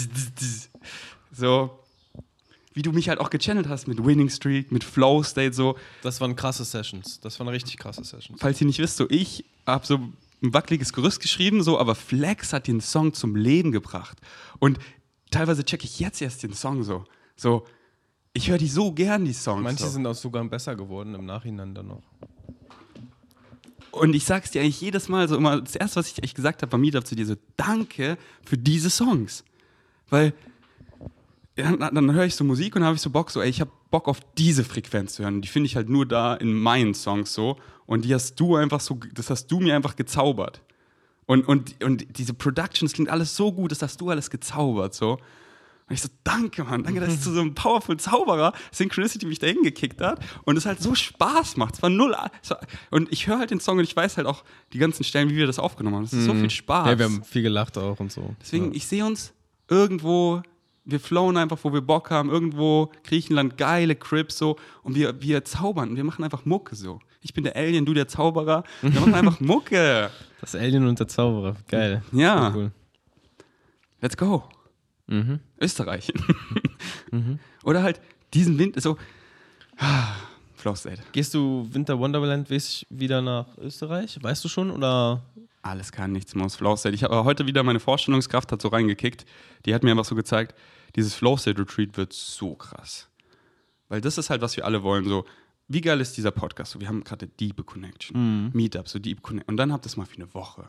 So... Wie du mich halt auch gechannelt hast mit Winning Streak, mit Flow State, so. Das waren krasse Sessions. Das waren richtig krasse Sessions. Falls ihr nicht wisst, so ich habe so ein wackeliges Gerüst geschrieben, so, aber Flex hat den Song zum Leben gebracht. Und teilweise checke ich jetzt erst den Song so. So, ich höre die so gern, die Songs. Manche sind auch sogar besser geworden im Nachhinein dann noch. Und ich sag's dir eigentlich jedes Mal so immer, das erste, was ich echt gesagt habe beim Meetup zu dir, so, danke für diese Songs. Weil dann höre ich so Musik und habe ich so Bock, so, ey, ich habe Bock auf diese Frequenz zu hören. Die finde ich halt nur da in meinen Songs so. Und das hast du mir einfach gezaubert. Und diese Productions klingt alles so gut, das hast du alles gezaubert, so. Und ich so, danke, Mann, danke, dass ich zu so einem powerful Zauberer Synchronicity mich da hingekickt hat und es halt so Spaß macht. Es war null. Und ich höre halt den Song und ich weiß halt auch die ganzen Stellen, wie wir das aufgenommen haben. Es ist so viel Spaß. Ja, wir haben viel gelacht auch und so. Deswegen, ich sehe uns irgendwo. Wir flowen einfach, wo wir Bock haben, irgendwo Griechenland, geile Crips so und wir zaubern, wir machen einfach Mucke so. Ich bin der Alien, du der Zauberer, wir machen einfach Mucke. Das Alien und der Zauberer, geil. Ja. Cool. Let's go. Österreich. Oder halt diesen Winter, so Flow State. Gehst du Winter Wonderland wieder nach Österreich? Weißt du schon, oder... Alles kann, nichts muss. Flow State. Ich habe heute wieder meine Vorstellungskraft hat so reingekickt. Die hat mir einfach so gezeigt, dieses Flow State Retreat wird so krass. Weil das ist halt, was wir alle wollen. So wie geil ist dieser Podcast? So, wir haben gerade Deep Connection, Meetup, so Deep Connection. Und dann habt ihr das mal für eine Woche.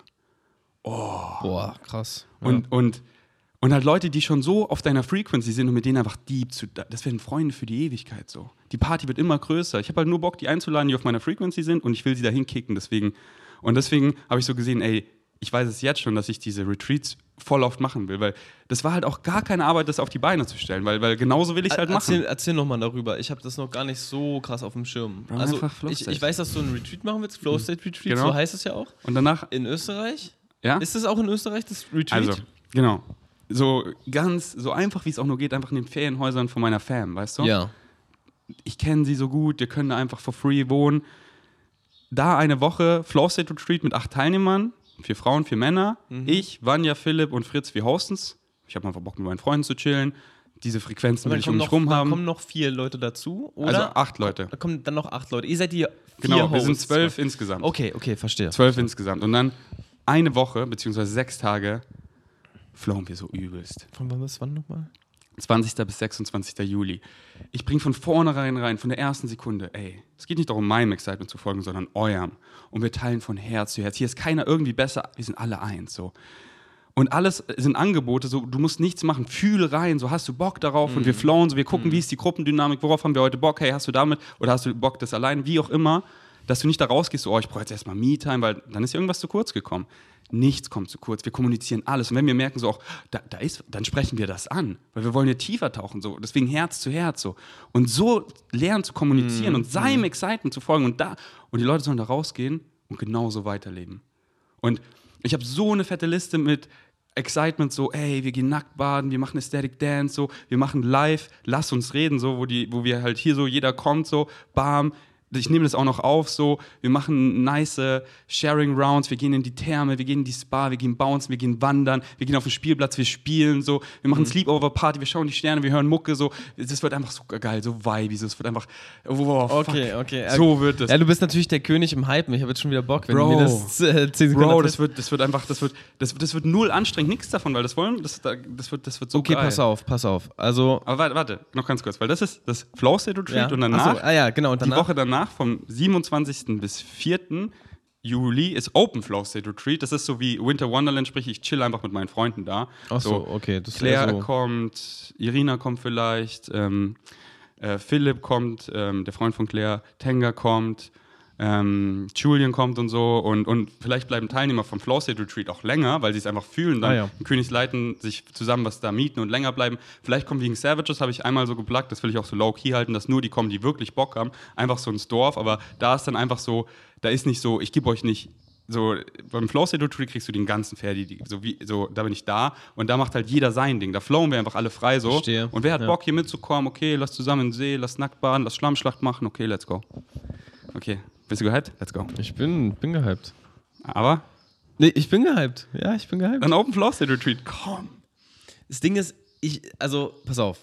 Oh. Boah, krass. Ja. Und halt Leute, die schon so auf deiner Frequency sind und mit denen einfach das werden Freunde für die Ewigkeit so. Die Party wird immer größer. Ich habe halt nur Bock, die einzuladen, die auf meiner Frequency sind und ich will sie dahin kicken, deswegen habe ich so gesehen, ey, ich weiß es jetzt schon, dass ich diese Retreats voll oft machen will, weil das war halt auch gar keine Arbeit, das auf die Beine zu stellen, weil genauso will ich es halt machen. Erzähl nochmal darüber, ich habe das noch gar nicht so krass auf dem Schirm. Also ich weiß, dass du einen Retreat machen willst, Flow State Retreat, genau. So heißt es ja auch. Und danach? In Österreich? Ja? Ist das auch in Österreich, das Retreat? Also, genau. So ganz, so einfach wie es auch nur geht, einfach in den Ferienhäusern von meiner Fam, weißt du? Ja. Ich kenne sie so gut, wir können da einfach for free wohnen. Da eine Woche Flow State Retreat mit 8 Teilnehmern, 4 Frauen, 4 Männer. Ich, Vanja, Philipp und Fritz, wir hosten's. Ich habe einfach Bock, mit meinen Freunden zu chillen. Diese Frequenzen will ich um mich rum haben. Kommen noch 4 Leute dazu, oder? Also 8 Leute. Da kommen dann noch 8 Leute. Ihr seid die 4 Genau, wir Hosts. sind 12 insgesamt. Okay, verstehe. 12 insgesamt. Und dann eine Woche, beziehungsweise 6 Tage, flowen wir so übelst. Von wann bis wann nochmal? 20. bis 26. Juli. Ich bringe von vornherein rein, von der ersten Sekunde, ey, es geht nicht darum, meinem Excitement zu folgen, sondern eurem. Und wir teilen von Herz zu Herz. Hier ist keiner irgendwie besser, wir sind alle eins, so. Und alles sind Angebote, so, du musst nichts machen, fühle rein, so, hast du Bock darauf? Und wir flowen, so, wir gucken, wie ist die Gruppendynamik, worauf haben wir heute Bock, hey, hast du damit oder hast du Bock, das allein, wie auch immer, dass du nicht da rausgehst, so, ich brauche jetzt erstmal Me-Time, weil dann ist irgendwas zu kurz gekommen. Nichts kommt zu kurz, wir kommunizieren alles. Und wenn wir merken, so auch, dann sprechen wir das an, weil wir wollen ja tiefer tauchen, so. Deswegen Herz zu Herz, so. Und so lernen zu kommunizieren und seinem Excitement zu folgen und die Leute sollen da rausgehen und genauso weiterleben. Und ich habe so eine fette Liste mit Excitement, so, ey, wir gehen nackt baden, wir machen Aesthetic Dance, so, wir machen live, lass uns reden, so, wo wir halt hier so, jeder kommt, so, bam, ich nehme das auch noch auf, so, wir machen nice Sharing Rounds, wir gehen in die Therme, wir gehen in die Spa, wir gehen bouncen, wir gehen wandern, wir gehen auf den Spielplatz, wir spielen, so, wir machen Sleepover-Party, wir schauen die Sterne, wir hören Mucke, so, das wird einfach so geil, so vibey, so, es wird einfach, Okay. So wird es. Ja, du bist natürlich der König im Hypen, ich habe jetzt schon wieder Bock, wenn du mir das 10 Sekunden Bro, das wird null anstrengend, nichts davon, weil das wird so okay, geil. Okay, pass auf, also... Aber warte, noch ganz kurz, weil das ist das Flow State Retreat und danach, genau, und danach, die Woche danach, vom 27. bis 4. Juli ist Open Flow State Retreat. Das ist so wie Winter Wonderland, sprich ich chill einfach mit meinen Freunden da. Ach so, okay. Das Claire kommt, Irina kommt vielleicht, Philipp kommt, der Freund von Claire, Tenga kommt, Julian kommt und so und vielleicht bleiben Teilnehmer vom Flow State Retreat auch länger, weil sie es einfach fühlen, dann in Königsleiten sich zusammen was da mieten und länger bleiben. Vielleicht kommen wegen Savages, habe ich einmal so geplagt, das will ich auch so low-key halten, dass nur die kommen, die wirklich Bock haben, einfach so ins Dorf, aber da ist dann einfach so, da ist nicht so, ich gebe euch nicht so, beim Flow State Retreat kriegst du den ganzen Ferdi, so, da bin ich da und da macht halt jeder sein Ding, da flowen wir einfach alle frei so. Verstehe. Und wer hat Bock hier mitzukommen, okay, lass zusammen in den See, lass nackt baden, lass Schlammschlacht machen, okay, let's go. Okay. Bist du gehypt? Let's go. Ich bin gehypt. Aber? Nee, ich bin gehypt. Ja, ich bin gehypt. Dann Open Flow State Retreat, komm. Das Ding ist, pass auf.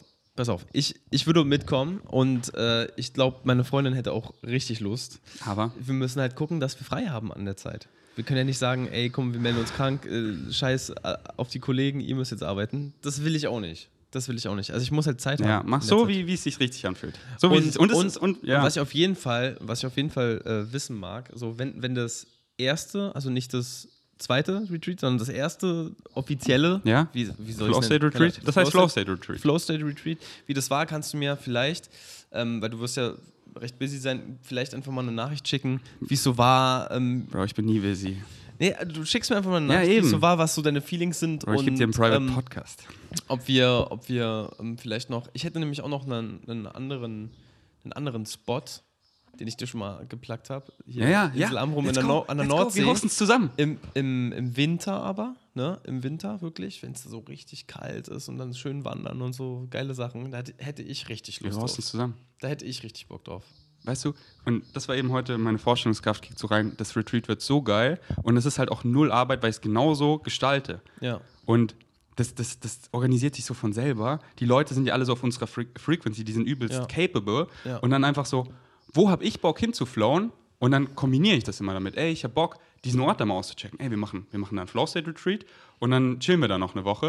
Ich würde mitkommen und ich glaube, meine Freundin hätte auch richtig Lust. Aber? Wir müssen halt gucken, dass wir frei haben an der Zeit. Wir können ja nicht sagen, ey, komm, wir melden uns krank, scheiß auf die Kollegen, ihr müsst jetzt arbeiten. Das will ich auch nicht. Also ich muss halt Zeit haben. Ja, mach so, wie es sich richtig anfühlt. So und was ich auf jeden Fall wissen mag, so wenn das erste, also nicht das zweite Retreat, sondern das erste offizielle, wie soll Flow State Retreat? Das heißt Flow State Retreat. Flow State Retreat. Wie das war, kannst du mir vielleicht, weil du wirst ja recht busy sein, vielleicht einfach mal eine Nachricht schicken, wie es so war. Bro, ich bin nie busy. Nee, du schickst mir einfach mal eine Nachricht, wie es so war, was so deine Feelings sind. Bro, ich gebe dir einen Private Podcast. Ob wir vielleicht noch, ich hätte nämlich auch noch einen anderen Spot, den ich dir schon mal geplagt habe. Hier Insel Amrum an der Nordsee. Wir hosten es zusammen. Im Winter aber, ne? Im Winter wirklich, wenn es so richtig kalt ist und dann schön wandern und so geile Sachen, da hätte ich richtig Lust drauf. Wir hosten es zusammen. Da hätte ich richtig Bock drauf. Weißt du, und das war eben heute meine Vorstellungskraft, kickt so rein, das Retreat wird so geil und es ist halt auch null Arbeit, weil ich es genauso gestalte. Ja. Und das organisiert sich so von selber. Die Leute sind ja alle so auf unserer Frequency, die sind übelst capable. Ja. Und dann einfach so, wo habe ich Bock hinzuflowen? Und dann kombiniere ich das immer damit. Ey, ich habe Bock, diesen Ort da mal auszuchecken. Ey, wir machen da ein Flow State Retreat und dann chillen wir da noch eine Woche.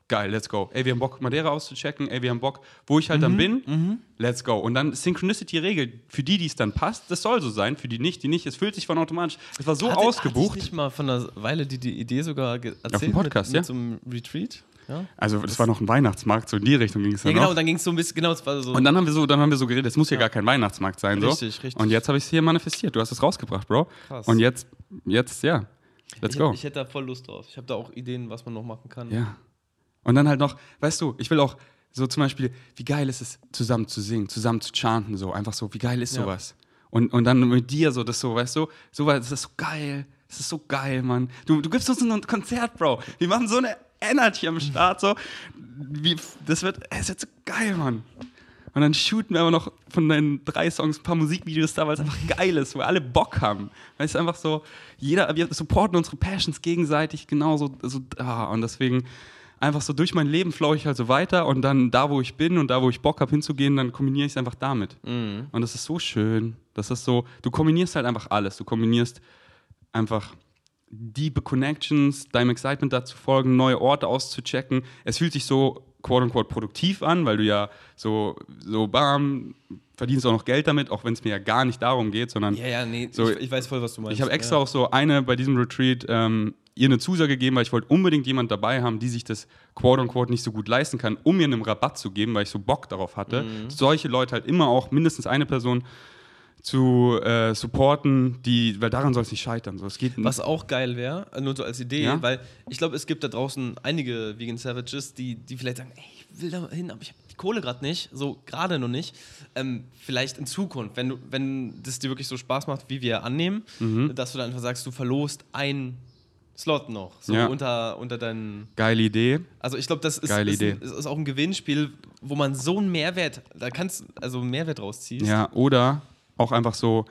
geil, let's go. Ey, wir haben Bock, Madeira auszuchecken. Ey, wir haben Bock, wo ich halt dann bin, let's go. Und dann Synchronicity-Regel, für die es dann passt, das soll so sein, für die nicht, es fühlt sich von automatisch. Es war so ausgebucht. Hatte ich nicht mal von einer Weile die Idee sogar erzählt? Auf dem Podcast, mit so einem Retreat? Ja. Also das war noch ein Weihnachtsmarkt, so in die Richtung ging es dann. Ja, genau, noch. Und dann ging es so ein bisschen, genau, es war so. Und dann haben wir so geredet, es muss ja gar kein Weihnachtsmarkt sein. Richtig. Und jetzt habe ich es hier manifestiert, du hast es rausgebracht, Bro. Krass. Und jetzt, ja, let's go. Ich hätte da voll Lust drauf. Ich habe da auch Ideen, was man noch machen kann. Ja. Und dann halt noch, weißt du, ich will auch so zum Beispiel, wie geil ist es, zusammen zu singen, zusammen zu chanten, so, einfach so, wie geil ist sowas? Und dann mit dir so, das so, weißt du, sowas, das ist so geil. Das ist so geil, Mann. Du gibst uns ein Konzert, Bro. Wir machen so eine Energy am Start, so. Es wird so geil, Mann. Und dann shooten wir aber noch von deinen 3 Songs ein paar Musikvideos da, weil es einfach geil ist, wo wir alle Bock haben. Weißt du, einfach so, wir supporten unsere Passions gegenseitig genauso. Und deswegen einfach so durch mein Leben flow ich halt so weiter und dann da, wo ich bin und da, wo ich Bock habe hinzugehen, dann kombiniere ich es einfach damit. Und das ist so schön. Das ist so, du kombinierst halt einfach alles. Du kombinierst einfach deep Connections, deinem Excitement dazu folgen, neue Orte auszuchecken. Es fühlt sich so quote-unquote produktiv an, weil du ja so bam, verdienst auch noch Geld damit, auch wenn es mir ja gar nicht darum geht, sondern so, ich weiß voll, was du meinst. Ich habe extra auch so eine bei diesem Retreat ihr eine Zusage gegeben, weil ich wollte unbedingt jemand dabei haben, die sich das quote-unquote nicht so gut leisten kann, um mir einen Rabatt zu geben, weil ich so Bock darauf hatte. Solche Leute halt immer auch mindestens eine Person zu supporten, weil daran soll es nicht scheitern. So, es geht was auch geil wäre, nur so als Idee, weil ich glaube, es gibt da draußen einige Vegan Savages, die vielleicht sagen, ey, ich will da hin, aber ich habe die Kohle gerade nicht, so gerade noch nicht. Vielleicht in Zukunft, wenn das dir wirklich so Spaß macht, wie wir annehmen, dass du dann einfach sagst, du verlost einen Slot noch, so unter deinen... Geile Idee. Also ich glaube, das ist auch ein Gewinnspiel, wo man so einen Mehrwert, einen Mehrwert rausziehst. Ja, oder auch einfach so,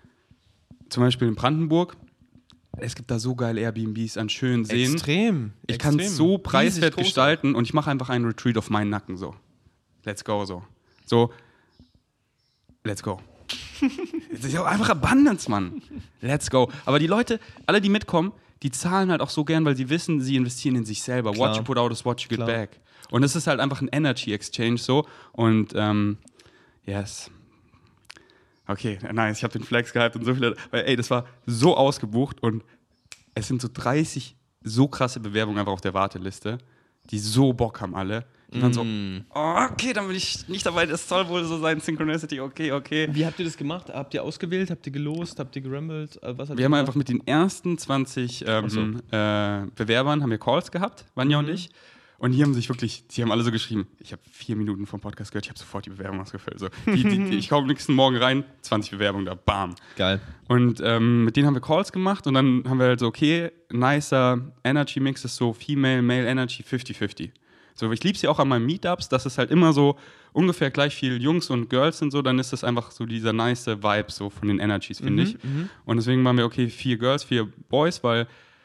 zum Beispiel in Brandenburg, es gibt da so geile Airbnbs an schönen Seen. Extrem. Ich kann es so preiswert gestalten und ich mache einfach einen Retreat auf meinen Nacken so. Let's go so. So, let's go. Das ist ja einfach Abundance, Mann. Let's go. Aber die Leute, alle, die mitkommen, die zahlen halt auch so gern, weil sie wissen, sie investieren in sich selber. Klar. What you put out is what you get back. Und es ist halt einfach ein Energy Exchange so. Und yes. Okay, nice, ich habe den Flex gehypt und so viele, weil ey, das war so ausgebucht und es sind so 30 so krasse Bewerbungen einfach auf der Warteliste, die so Bock haben alle. Die waren so, okay, dann bin ich nicht dabei, das soll wohl so sein, Synchronicity, okay. Wie habt ihr das gemacht? Habt ihr ausgewählt? Habt ihr gelost? Habt ihr gerambelt? Wir haben einfach mit den ersten 20 Bewerbern haben wir Calls gehabt, Vanja und ich. Und die haben alle so geschrieben, ich habe 4 Minuten vom Podcast gehört, ich habe sofort die Bewerbung ausgefüllt. So, ich komme nächsten Morgen rein, 20 Bewerbungen da, bam. Geil. Und mit denen haben wir Calls gemacht und dann haben wir halt so, okay, nicer Energy-Mix ist so Female, Male Energy 50-50. So, ich liebe es ja auch an meinen Meetups, dass es halt immer so ungefähr gleich viel Jungs und Girls sind, so, dann ist das einfach so dieser nice Vibe so von den Energies, finde ich. Und deswegen waren wir, okay, 4 Girls, 4 Boys, weil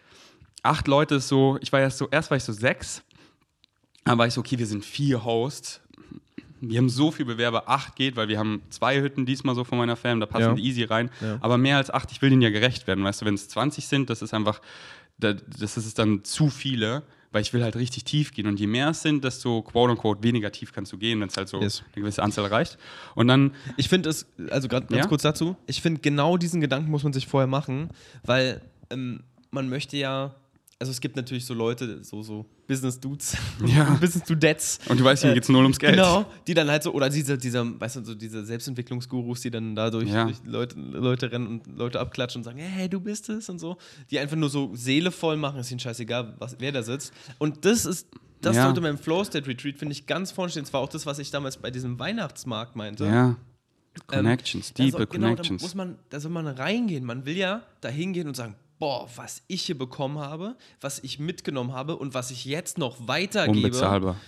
8 Leute ist so, erst war ich so 6, dann war ich so, okay, wir sind 4 Hosts. Wir haben so viele Bewerber, 8 geht, weil wir haben 2 Hütten diesmal so von meiner Fam, da passen die easy rein. Ja. Aber mehr als 8, ich will denen ja gerecht werden, weißt du, wenn es 20 sind, das ist einfach, das ist dann zu viele, weil ich will halt richtig tief gehen. Und je mehr es sind, desto quote-unquote weniger tief kannst du gehen, wenn es halt so eine gewisse Anzahl erreicht. Und dann... Ich finde es, also gerade ganz kurz dazu, ich finde genau diesen Gedanken muss man sich vorher machen, weil man möchte ja, also es gibt natürlich so Leute, so Business-Dudes, Business-Dudettes. Und du weißt, ihnen geht es nur ums Geld. Genau, die dann halt so, oder weißt du, so diese Selbstentwicklungsgurus, die dann da durch Leute rennen und Leute abklatschen und sagen, hey, du bist es und so. Die einfach nur so Seele voll machen, ist ihnen scheißegal, wer da sitzt. Und das sollte beim Flow State Retreat, finde ich, ganz vorne stehen. Das war auch das, was ich damals bei diesem Weihnachtsmarkt meinte. Ja. Connections, deeper Connections. Da soll man reingehen. Man will ja da hingehen und sagen, boah, was ich hier bekommen habe, was ich mitgenommen habe und was ich jetzt noch weitergebe. Unbezahlbar.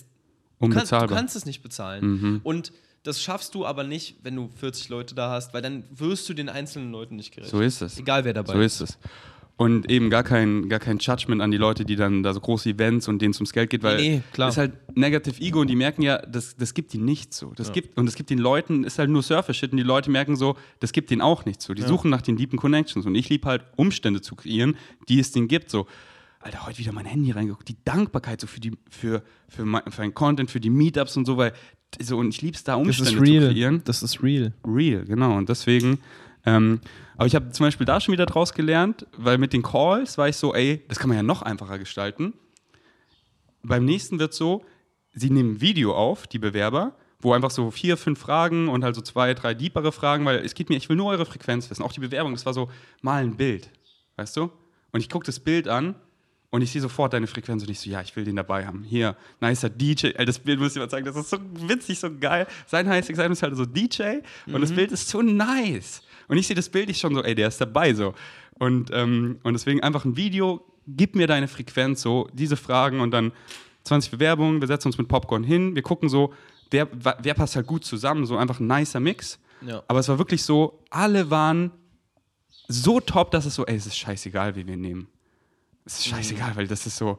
Du kannst es nicht bezahlen. Und das schaffst du aber nicht, wenn du 40 Leute da hast, weil dann wirst du den einzelnen Leuten nicht gerecht. So ist es. Egal, wer dabei ist. So ist es. Und eben gar kein Judgment an die Leute, die dann da so große Events und denen es ums Geld geht, weil klar. ist halt Negative Ego und die merken ja, das gibt ihnen nichts so. Das gibt den Leuten, ist halt nur Surfer-Shit und die Leute merken so, das gibt ihnen auch nichts so. Die suchen nach den deepen Connections und ich liebe halt Umstände zu kreieren, die es denen gibt so. Alter, heute wieder mein Handy reingeguckt, die Dankbarkeit so für meinen Content, für die Meetups und so, weil so, und ich liebe es da, Umstände zu kreieren. Das ist real. Real, genau. Und deswegen, aber ich habe zum Beispiel da schon wieder draus gelernt, weil mit den Calls war ich so, ey, das kann man ja noch einfacher gestalten. Beim nächsten wird so, sie nehmen ein Video auf, die Bewerber, wo einfach so 4, 5 Fragen und halt so 2, 3 deepere Fragen, weil ich will nur eure Frequenz wissen. Auch die Bewerbung, das war so, mal ein Bild, weißt du? Und ich gucke das Bild an und ich sehe sofort deine Frequenz und ich so, ja, ich will den dabei haben. Hier, nicer DJ. Das Bild muss ich mal zeigen, das ist so witzig, so geil. Sein heißt halt so DJ und das Bild ist so nice. Und ich sehe das Bild, ich schon so, ey, der ist dabei so. Und deswegen einfach ein Video, gib mir deine Frequenz, so, diese Fragen und dann 20 Bewerbungen, wir setzen uns mit Popcorn hin, wir gucken so, wer passt halt gut zusammen, so einfach ein nicer Mix. Ja. Aber es war wirklich so, alle waren so top, dass es so, ey, es ist scheißegal, wie wir nehmen. Es ist scheißegal, weil das ist so,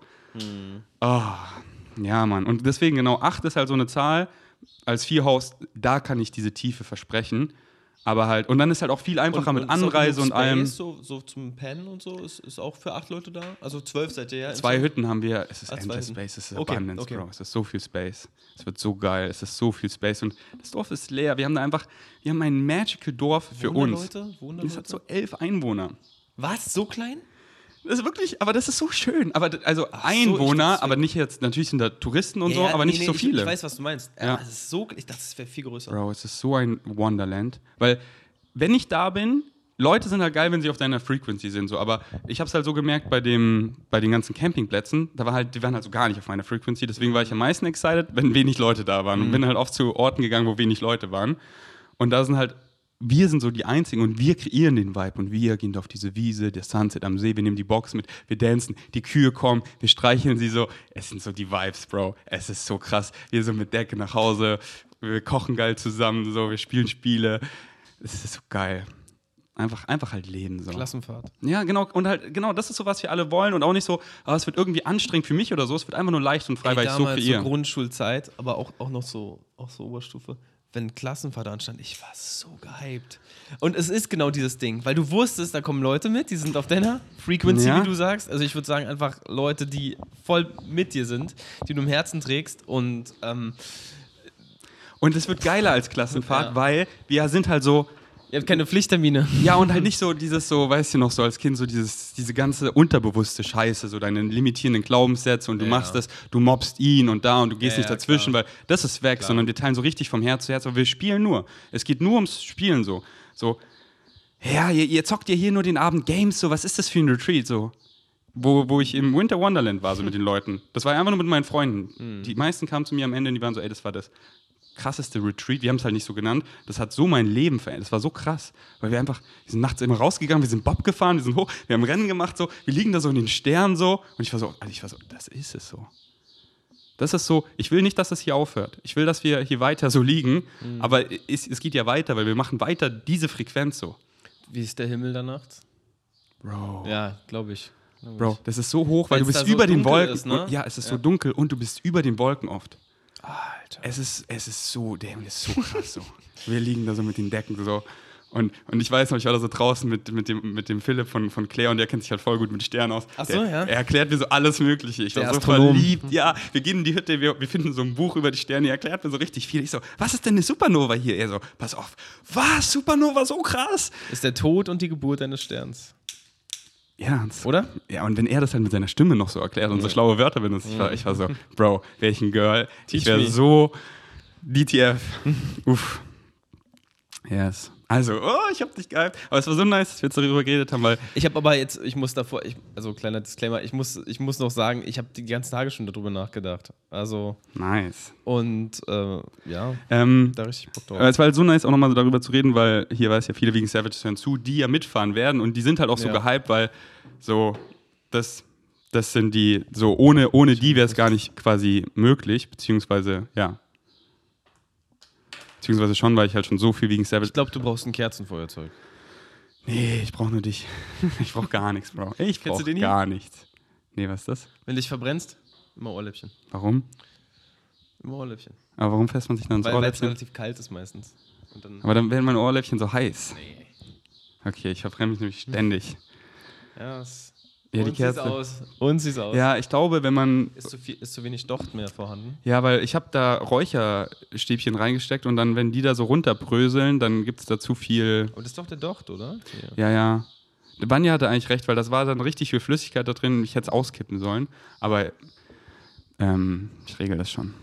ja, Mann. Und deswegen genau, 8 ist halt so eine Zahl, als 4-Host, da kann ich diese Tiefe versprechen. Aber halt, und dann ist halt auch viel einfacher mit Anreise und allem. So zum Pennen und so, ist auch für 8 Leute da? Also 12 seid ihr ja? 2 Hütten haben wir, es ist endless Space, es ist Abundance, Bro. Es ist so viel Space. Es wird so geil, es ist so viel Space. Und das Dorf ist leer. Wir haben ein magical Dorf für uns. Es hat so 11 Einwohner. Was? So klein? Das ist wirklich, aber das ist so schön. Aber also Einwohner, aber nicht jetzt, natürlich sind da Touristen und so, aber nicht so viele. Ich weiß, was du meinst. Ja. Es ist so, ich dachte, es wäre viel größer. Bro, es ist so ein Wonderland. Weil, wenn ich da bin, Leute sind halt geil, wenn sie auf deiner Frequency sind, so, aber ich habe es halt so gemerkt bei den ganzen Campingplätzen, die waren halt so gar nicht auf meiner Frequency, deswegen war ich am meisten excited, wenn wenig Leute da waren und bin halt oft zu Orten gegangen, wo wenig Leute waren und da sind halt, wir sind so die Einzigen und wir kreieren den Vibe und wir gehen auf diese Wiese, der Sunset am See, wir nehmen die Box mit, wir dancen, die Kühe kommen, wir streicheln sie so, es sind so die Vibes, Bro, es ist so krass, wir so mit Decke nach Hause, wir kochen geil zusammen, so, wir spielen Spiele, es ist so geil. Einfach halt leben. So. Klassenfahrt. Ja, genau. Und halt, genau, das ist so, was wir alle wollen. Und auch nicht so, es wird irgendwie anstrengend für mich oder so. Es wird einfach nur leicht und frei, weil ich so kreiere. So Grundschulzeit, aber auch noch so Oberstufe. Wenn Klassenfahrt anstand, ich war so gehypt. Und es ist genau dieses Ding, weil du wusstest, da kommen Leute mit, die sind auf deiner Frequency, wie du sagst. Also ich würde sagen, einfach Leute, die voll mit dir sind, die du im Herzen trägst. Und es wird geiler als Klassenfahrt, weil wir sind halt so. Ihr habt keine Pflichttermine. Ja, und halt nicht so dieses so, weißt du noch, so als Kind, so diese ganze unterbewusste Scheiße, so deine limitierenden Glaubenssätze und du machst das, du mobst ihn und da und du gehst nicht dazwischen, weil das ist weg, sondern wir teilen so richtig vom Herz zu Herz, aber wir spielen nur. Es geht nur ums Spielen so. So, ja, ihr zockt ja hier nur den Abend Games, so, was ist das für ein Retreat, so? Wo ich im Winter Wonderland war, so mit den Leuten. Das war einfach nur mit meinen Freunden. Die meisten kamen zu mir am Ende und die waren so, ey, das war das krasseste Retreat, wir haben es halt nicht so genannt, das hat so mein Leben verändert, das war so krass, weil wir sind nachts immer rausgegangen, wir sind Bob gefahren, wir sind hoch, wir haben Rennen gemacht, so, wir liegen da so in den Sternen so und ich war so, das ist es so. Das ist so, ich will nicht, dass es hier aufhört, ich will, dass wir hier weiter so liegen, aber es geht ja weiter, weil wir machen weiter diese Frequenz so. Wie ist der Himmel da nachts? Bro. Ja, glaube ich. Bro, das ist so hoch, weil du bist über den Wolken. Ist, ne? Ja, es ist so dunkel und du bist über den Wolken oft. Alter. Es ist so, der Himmel ist so krass so. Wir liegen da so mit den Decken so. Und ich weiß noch, ich war da so draußen mit dem Philipp von Claire und der kennt sich halt voll gut mit Sternen aus. Ach so, ja. Er erklärt mir so alles Mögliche. Ich war so verliebt. Ja, wir gehen in die Hütte, wir finden so ein Buch über die Sterne, er erklärt mir so richtig viel. Ich so, was ist denn eine Supernova hier? Er so, pass auf. Was? Supernova, so krass? Ist der Tod und die Geburt eines Sterns. Ja, oder? Ja, und wenn er das halt mit seiner Stimme noch so erklärt und so schlaue Wörter benutzt, ich war so, Bro, wäre ich ein Girl, ich wäre so DTF. Uff. Yes. Also, ich hab dich gehypt. Aber es war so nice, dass wir jetzt darüber geredet haben, weil... Ich habe aber jetzt, also kleiner Disclaimer, ich muss noch sagen, ich habe die ganzen Tage schon darüber nachgedacht. Also... Nice. Und, da richtig Bock drauf. Es war halt so nice, auch nochmal so darüber zu reden, weil hier weiß ja viele wegen Savages hören zu, die ja mitfahren werden und die sind halt auch so gehypt, weil so, das sind die, so ohne die wäre es gar nicht quasi möglich, beziehungsweise schon, weil ich halt schon so viel wegen Savage... Ich glaube, du brauchst ein Kerzenfeuerzeug. Nee, ich brauche nur dich. Ich brauche gar nichts, Bro. Ich brauche gar nichts. Nee, was ist das? Wenn du dich verbrennst, immer Ohrläppchen. Warum? Immer Ohrläppchen. Aber warum fässt man sich dann ins Ohrläppchen? Weil es relativ kalt ist meistens. Und dann aber dann werden meine Ohrläppchen so heiß. Nee. Okay, ich verbrenne mich nämlich ständig. Ja, Ja, die Kerze. Und sieht's aus. Ja, ich glaube, wenn man... Ist zu wenig Docht mehr vorhanden? Ja, weil ich habe da Räucherstäbchen reingesteckt und dann, wenn die da so runterbröseln, dann gibt es da zu viel... Und das ist doch der Docht, oder? Ja. Vanja hatte eigentlich recht, weil das war dann richtig viel Flüssigkeit da drin. Ich hätte es auskippen sollen. Aber ich regel das schon.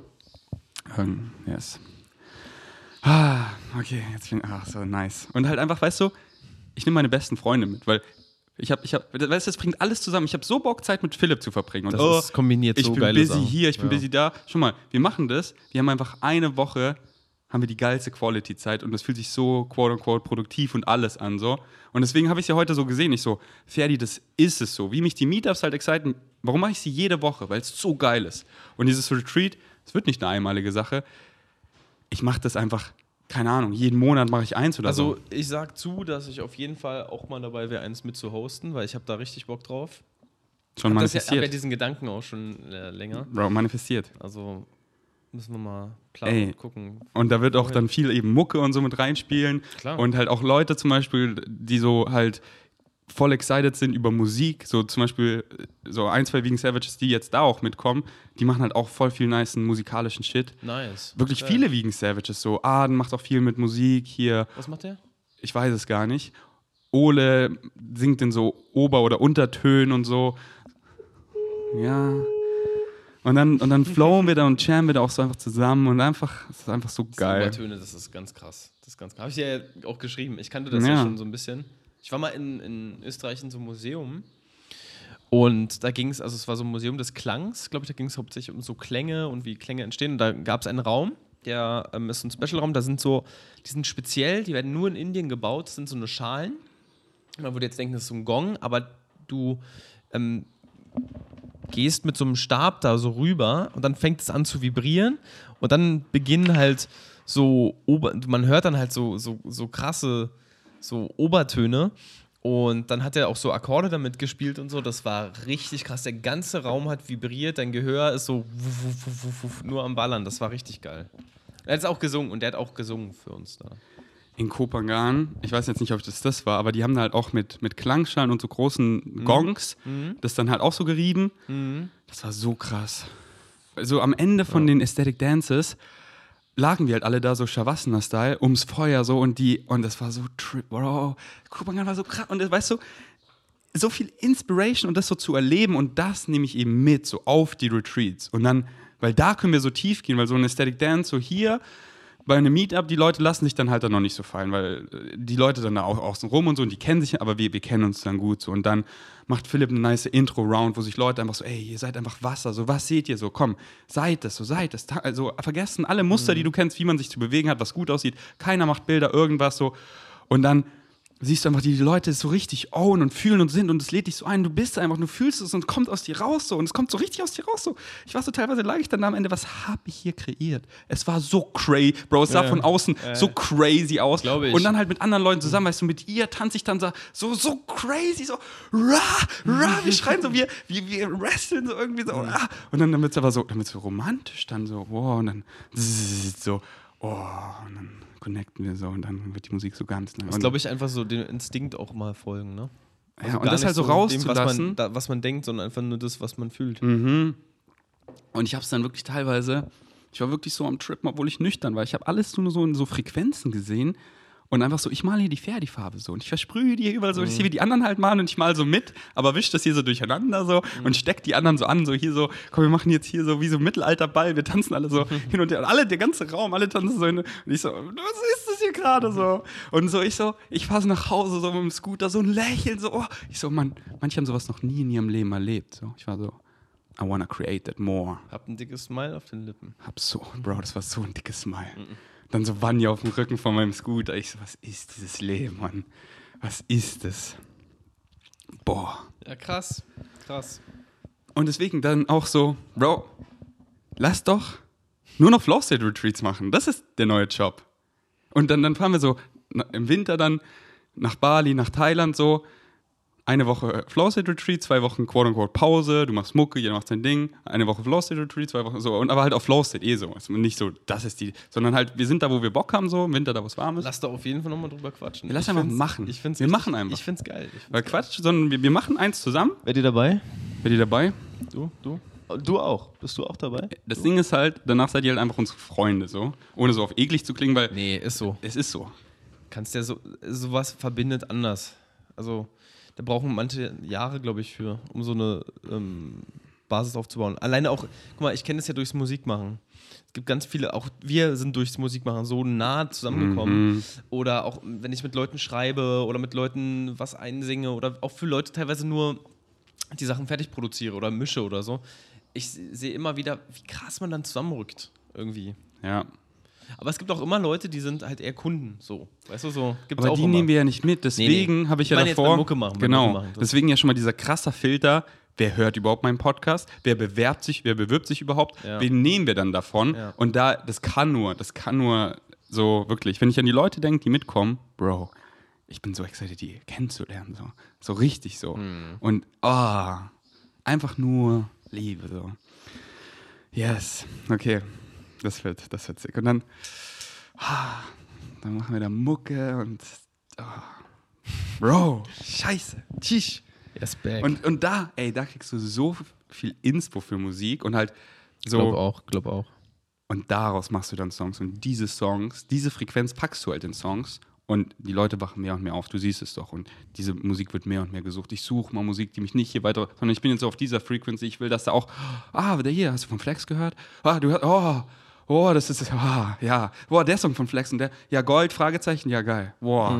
Yes. Okay, jetzt so nice. Und halt einfach, weißt du, ich nehme meine besten Freunde mit, weil weißt du, das bringt alles zusammen. Ich habe so Bock, Zeit mit Philipp zu verbringen. Und das ist kombiniert so geile Ich bin busy hier, ich bin busy da. Schau mal, wir machen das. Wir haben einfach eine Woche, haben wir die geilste Quality-Zeit und das fühlt sich so, quote-unquote, produktiv und alles an. So. Und deswegen habe ich es ja heute so gesehen. Ich so, Ferdi, das ist es so. Wie mich die Meetups halt exciten, warum mache ich sie jede Woche? Weil es so geil ist. Und dieses Retreat, es wird nicht eine einmalige Sache. Ich mache das einfach... Keine Ahnung, jeden Monat mache ich eins oder so. Also ich sag zu, dass ich auf jeden Fall auch mal dabei wäre, eins mit zu hosten, weil ich habe da richtig Bock drauf. Schon manifestiert. Ich habe ja diesen Gedanken auch schon länger. Bro, manifestiert. Also müssen wir mal planen und gucken. Und da wird auch dann viel eben Mucke und so mit reinspielen. Klar. Und halt auch Leute zum Beispiel, die so halt voll excited sind über Musik, so zum Beispiel so 1, 2 Vegan Savages, die jetzt da auch mitkommen, die machen halt auch voll viel nicen musikalischen Shit. Nice. Wirklich viele Vegan Savages, so Aden macht auch viel mit Musik hier. Was macht der? Ich weiß es gar nicht. Ole singt in so Ober- oder Untertönen und so. Ja. Und dann flowen wir da und jammen wir da auch so einfach zusammen und einfach, das ist einfach so geil. Obertöne, das ist ganz krass. Habe ich ja auch geschrieben. Ich kannte das ja schon so ein bisschen. Ich war mal in Österreich in so einem Museum und da ging es, also es war so ein Museum des Klangs, glaube ich, da ging es hauptsächlich um so Klänge und wie Klänge entstehen. Und da gab es einen Raum, der ist so ein Special-Raum, die sind speziell, die werden nur in Indien gebaut, das sind so eine Schalen. Man würde jetzt denken, das ist so ein Gong, aber du gehst mit so einem Stab da so rüber und dann fängt es an zu vibrieren und dann beginnen halt man hört dann halt so krasse so Obertöne und dann hat er auch so Akkorde damit gespielt und so, das war richtig krass, der ganze Raum hat vibriert, dein Gehör ist so nur am Ballern, das war richtig geil. Er hat es auch gesungen und der hat auch gesungen für uns da. In Kopangan, ich weiß jetzt nicht, ob das war, aber die haben da halt auch mit Klangschalen und so großen Gongs das dann halt auch so gerieben. Das war so krass. Also am Ende von den Aesthetic Dances lagen wir halt alle da so Shavasana-Style ums Feuer so und das war so Bro, Kopangan war so krass und weißt du, so viel Inspiration und das so zu erleben und das nehme ich eben mit, so auf die Retreats und dann, weil da können wir so tief gehen, weil so ein Aesthetic Dance so hier bei einem Meetup, die Leute lassen sich dann halt dann noch nicht so fallen, weil die Leute dann da auch außen rum und so und die kennen sich, aber wir kennen uns dann gut so und dann macht Philipp eine nice Intro-Round, wo sich Leute einfach so, ey, ihr seid einfach Wasser, so was seht ihr so, komm, seid es, also vergessen alle Muster, die du kennst, wie man sich zu bewegen hat, was gut aussieht, keiner macht Bilder, irgendwas so und dann siehst du einfach, die Leute so richtig own und fühlen und sind und es lädt dich so ein, du bist einfach, du fühlst es und kommt aus dir raus so und es kommt so richtig aus dir raus so. Ich war so teilweise lag ich dann da am Ende, was habe ich hier kreiert? Es war so crazy, Bro, es sah von außen so crazy aus. Glaube ich. Und dann halt mit anderen Leuten zusammen, weißt du, mit ihr tanze ich dann so crazy, so wir schreien so, wir wresteln so irgendwie so, und dann wird es aber so, so romantisch dann so, wow, und dann so, und dann connecten wir so und dann wird die Musik so ganz lang. Das glaube ich einfach so dem Instinkt auch mal folgen, ne? Also ja, und das halt so rauszulassen. Dem, was man denkt, sondern einfach nur das, was man fühlt. Und ich habe es dann wirklich teilweise, ich war wirklich so am Trippen, obwohl ich nüchtern war. Ich habe alles nur so in so Frequenzen gesehen und einfach so, ich male hier die Ferdi-Farbe so und ich versprühe die hier überall so, ich sehe, wie die anderen halt malen und ich male so mit, aber wisch das hier so durcheinander so und steck die anderen so an, so hier so, komm, wir machen jetzt hier so wie so Mittelalterball, wir tanzen alle so hin und her und alle, der ganze Raum, alle tanzen so hin und ich so, was ist das hier gerade so? Und so, ich fahre so nach Hause so mit dem Scooter, so ein Lächeln, so, ich so, Mann, manche haben sowas noch nie in ihrem Leben erlebt, so, ich war so, I wanna create that more. Hab ein dickes Smile auf den Lippen. Bro, das war so ein dickes Smile. Dann so Vanja auf dem Rücken von meinem Scooter. Ich so, was ist dieses Leben, Mann? Was ist das? Boah. Ja, krass. Und deswegen dann auch so, Bro, lass doch nur noch Flow State Retreats machen. Das ist der neue Job. Und dann fahren wir so im Winter dann nach Bali, nach Thailand so. eine Woche Flow State Retreat, 2 Wochen quote-unquote Pause, du machst Mucke, jeder macht sein Ding, eine Woche Flow State Retreat, 2 Wochen so, und aber halt auf Flow State so. Also nicht so, das ist die, sondern halt, wir sind da, wo wir Bock haben, so, im Winter da, wo es warm ist. Lass da auf jeden Fall nochmal drüber quatschen. Wir lassen einfach machen. Wir machen einfach. Ich find's geil. Weil Quatsch, sondern wir machen eins zusammen. Werdet ihr dabei? Du? Du auch. Bist du auch dabei? Das Ding ist halt, danach seid ihr halt einfach unsere Freunde, so. Ohne so auf eklig zu klingen, weil. Nee, ist so. Es ist so. Kannst ja sowas verbindet anders. Also, da brauchen manche Jahre, glaube ich, für, um so eine Basis aufzubauen. Alleine auch, guck mal, ich kenne das ja durchs Musikmachen. Es gibt ganz viele, auch wir sind durchs Musikmachen so nah zusammengekommen. Oder auch, wenn ich mit Leuten schreibe oder mit Leuten was einsinge oder auch für Leute teilweise nur die Sachen fertig produziere oder mische oder so. Ich sehe immer wieder, wie krass man dann zusammenrückt irgendwie. Ja. Aber es gibt auch immer Leute, die sind halt eher Kunden, so. Weißt du, so gibt's aber auch die immer. Nehmen wir ja nicht mit, deswegen habe ich ja davor... Jetzt beim Mucke machen, genau, Mucke machen, deswegen ja schon mal dieser krasser Filter, wer hört überhaupt meinen Podcast, wer bewirbt sich überhaupt, wen nehmen wir dann davon? Ja. Und das kann nur so wirklich, wenn ich an die Leute denke, die mitkommen, Bro, ich bin so excited, die kennenzulernen, so richtig so. Und einfach nur Liebe, so. Yes, okay. Das wird sick. Und dann machen wir da Mucke und Bro, scheiße, Tisch. Yes, back. Und da kriegst du so viel Inspo für Musik und halt so. Glaub auch. Und daraus machst du dann Songs. Und diese Songs, diese Frequenz packst du halt in Songs und die Leute wachen mehr und mehr auf. Du siehst es doch. Und diese Musik wird mehr und mehr gesucht. Ich suche mal Musik, die mich nicht hier weiter, sondern ich bin jetzt so auf dieser Frequency. Ich will, dass da auch, der hier, hast du von Flex gehört? Du hörst, das ist, ja. Der Song von Flex und der, ja, Gold, Fragezeichen, ja, geil.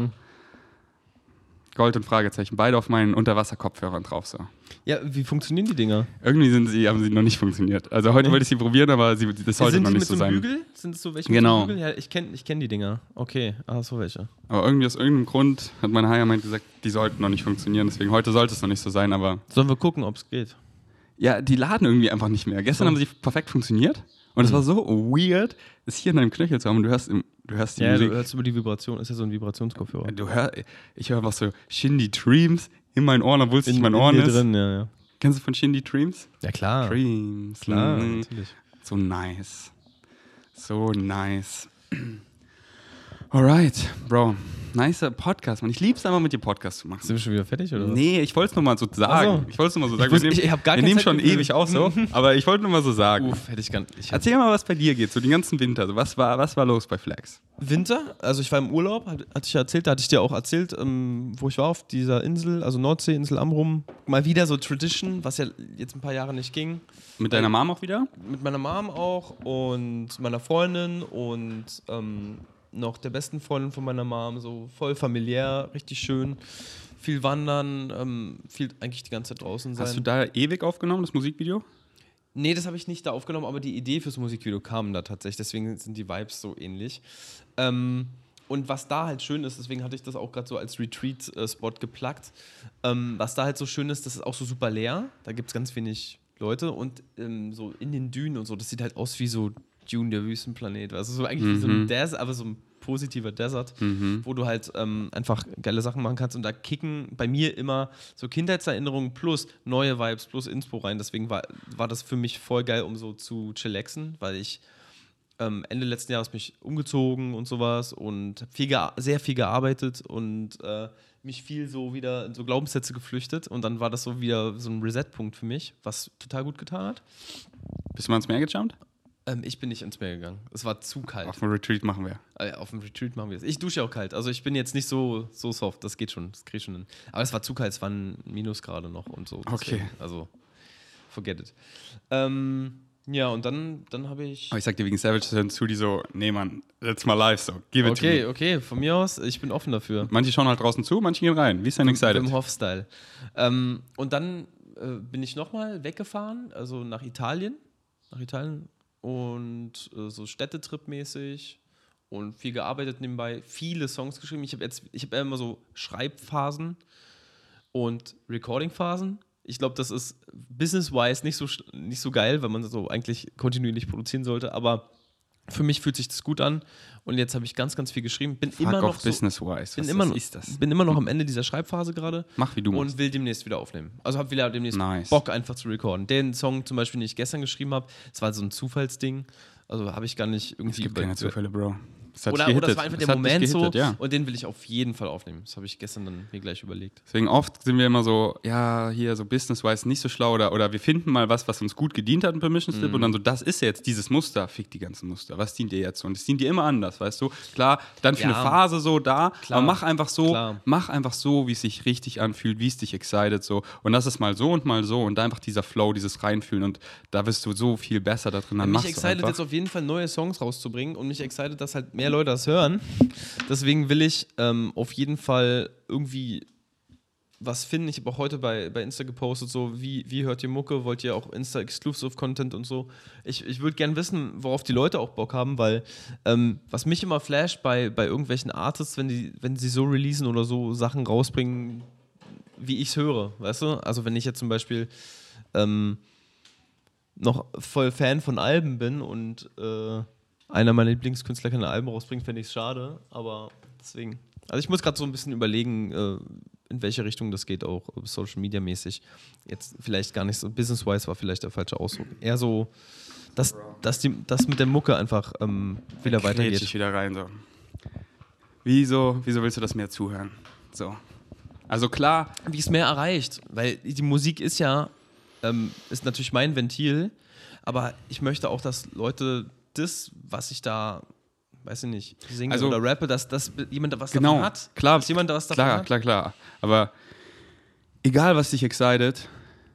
Gold und Fragezeichen, beide auf meinen Unterwasser-Kopfhörern drauf, so. Ja, wie funktionieren die Dinger? Irgendwie haben sie noch nicht funktioniert. Also heute wollte ich sie probieren, aber das sollte noch nicht so sein. Sind die mit so einem Bügel? Sind das so welche genau. mit so einem Bügel? Ja, ich kenn die Dinger. Okay, so welche. Aber irgendwie aus irgendeinem Grund hat mein Higher gesagt, die sollten noch nicht funktionieren. Deswegen heute sollte es noch nicht so sein, aber... Sollen wir gucken, ob es geht? Ja, die laden irgendwie einfach nicht mehr. Gestern haben sie perfekt funktioniert. Und es war so weird, es hier in deinem Knöchel zu haben und du hörst die Musik. Ja, du hörst über die Vibration, ist ja so ein Vibrationskopfhörer. Ich höre was so Shindy Dreams in meinen Ohren, obwohl es nicht in meinen Ohren ist. Drin, ja. Kennst du von Shindy Dreams? Ja, klar. Dreams. Klar, natürlich. So nice. So nice. Alright, Bro. Nicer Podcast, Mann. Ich lieb's einfach, mit dir Podcast zu machen. Sind wir schon wieder fertig, oder was? Nee, ich wollte es nur mal so sagen. Ich Wir nehmen schon ewig auf, so. Aber ich wollte nur mal so sagen. Hätte ich gar nicht. Erzähl mal, was bei dir geht, so den ganzen Winter. Also, was war los bei Flex? Winter? Also ich war im Urlaub, hatte ich ja erzählt, da hatte ich dir auch erzählt, wo ich war auf dieser Insel, also Nordseeinsel Amrum. Mal wieder so Tradition, was ja jetzt ein paar Jahre nicht ging. Mit deiner Mom auch wieder? Mit meiner Mom auch und meiner Freundin und noch der besten Freundin von meiner Mom, so voll familiär, richtig schön. Viel wandern, viel eigentlich die ganze Zeit draußen sein. Hast du da ewig aufgenommen, das Musikvideo? Nee, das habe ich nicht da aufgenommen, aber die Idee fürs Musikvideo kam da tatsächlich, deswegen sind die Vibes so ähnlich. Und was da halt schön ist, deswegen hatte ich das auch gerade so als Retreat-Spot geplagt, was da halt so schön ist, das ist auch so super leer, da gibt es ganz wenig Leute und so in den Dünen und so, das sieht halt aus wie so Dune, der Wüstenplanet, also so eigentlich wie so ein Desert, aber so ein positiver Desert, wo du halt einfach geile Sachen machen kannst und da kicken bei mir immer so Kindheitserinnerungen plus neue Vibes plus Inspo rein, deswegen war das für mich voll geil, um so zu chillaxen, weil ich Ende letzten Jahres mich umgezogen und sowas und sehr viel gearbeitet und mich viel so wieder in so Glaubenssätze geflüchtet und dann war das so wieder so ein Reset-Punkt für mich, was total gut getan hat. Bist du mal ins Meer gejumpt? Ich bin nicht ins Meer gegangen. Es war zu kalt. Auf dem Retreat machen wir. Auf dem Retreat machen wir es. Ich dusche auch kalt. Also ich bin jetzt nicht so soft. Das geht schon. Das krieg ich schon hin. Aber es war zu kalt. Es waren Minusgrade noch und so. Deswegen, okay. Also, forget it. Ja, und dann habe ich... Aber ich sag dir wegen Savage zu, die so, nee, Mann, let's mal live, so, give it to me. Okay, von mir aus, ich bin offen dafür. Manche schauen halt draußen zu, manche gehen rein. Wie ist denn excited? Im Hof-Style. Und dann bin ich nochmal weggefahren, also nach Italien. Und so Städtetrip-mäßig und viel gearbeitet nebenbei, viele Songs geschrieben. Ich habe immer so Schreibphasen und Recording-Phasen. Ich glaube, das ist business-wise nicht so geil, weil man so eigentlich kontinuierlich produzieren sollte, aber Für mich fühlt sich das gut an und jetzt habe ich ganz, ganz viel geschrieben. Bin immer noch business-wise. Bin immer noch am Ende dieser Schreibphase gerade. Mach wie du und will demnächst wieder aufnehmen. Also habe wieder demnächst Bock einfach zu recorden. Den Song zum Beispiel, den ich gestern geschrieben habe, das war so ein Zufallsding. Also habe ich gar nicht irgendwie... Es gibt keine Zufälle, Bro. Oder das war einfach der Moment so ja. und den will ich auf jeden Fall aufnehmen. Das habe ich gestern dann mir gleich überlegt. Deswegen oft sind wir immer so, ja, hier so business-wise nicht so schlau oder wir finden mal was uns gut gedient hat, ein Permission-Slip und dann so, das ist jetzt dieses Muster, fick die ganzen Muster, was dient dir jetzt so? Und es dient dir immer anders, weißt du? Klar, dann für eine Phase so da, aber mach einfach so, wie es sich richtig anfühlt, wie es dich excited so und das ist mal so und da einfach dieser Flow, dieses Reinfühlen und da wirst du so viel besser da drin. Mich excited jetzt auf jeden Fall neue Songs rauszubringen und mich excited, dass halt mehr Leute das hören. Deswegen will ich auf jeden Fall irgendwie was finden. Ich habe auch heute bei Insta gepostet, so wie hört ihr Mucke, wollt ihr auch Insta-Exclusive-Content und so. Ich würde gerne wissen, worauf die Leute auch Bock haben, weil was mich immer flasht bei irgendwelchen Artists, wenn sie so releasen oder so Sachen rausbringen, wie ich es höre, weißt du? Also wenn ich jetzt zum Beispiel noch voll Fan von Alben bin und einer meiner Lieblingskünstler keine Alben rausbringt, fände ich es schade, aber deswegen. Also ich muss gerade so ein bisschen überlegen, in welche Richtung das geht, auch Social Media mäßig. Jetzt vielleicht gar nicht so, business-wise war vielleicht der falsche Ausdruck. Eher so, dass mit der Mucke einfach wieder weitergeht. Ich wieder rein, so. Wieso willst du das mehr zuhören? So. Also klar. Wie es mehr erreicht, weil die Musik ist ja, ist natürlich mein Ventil, aber ich möchte auch, dass Leute das, was ich da, weiß ich nicht, singe oder rappe, dass jemand was davon hat. Klar, dass jemand was davon hat. Klar. Aber egal, was dich excited,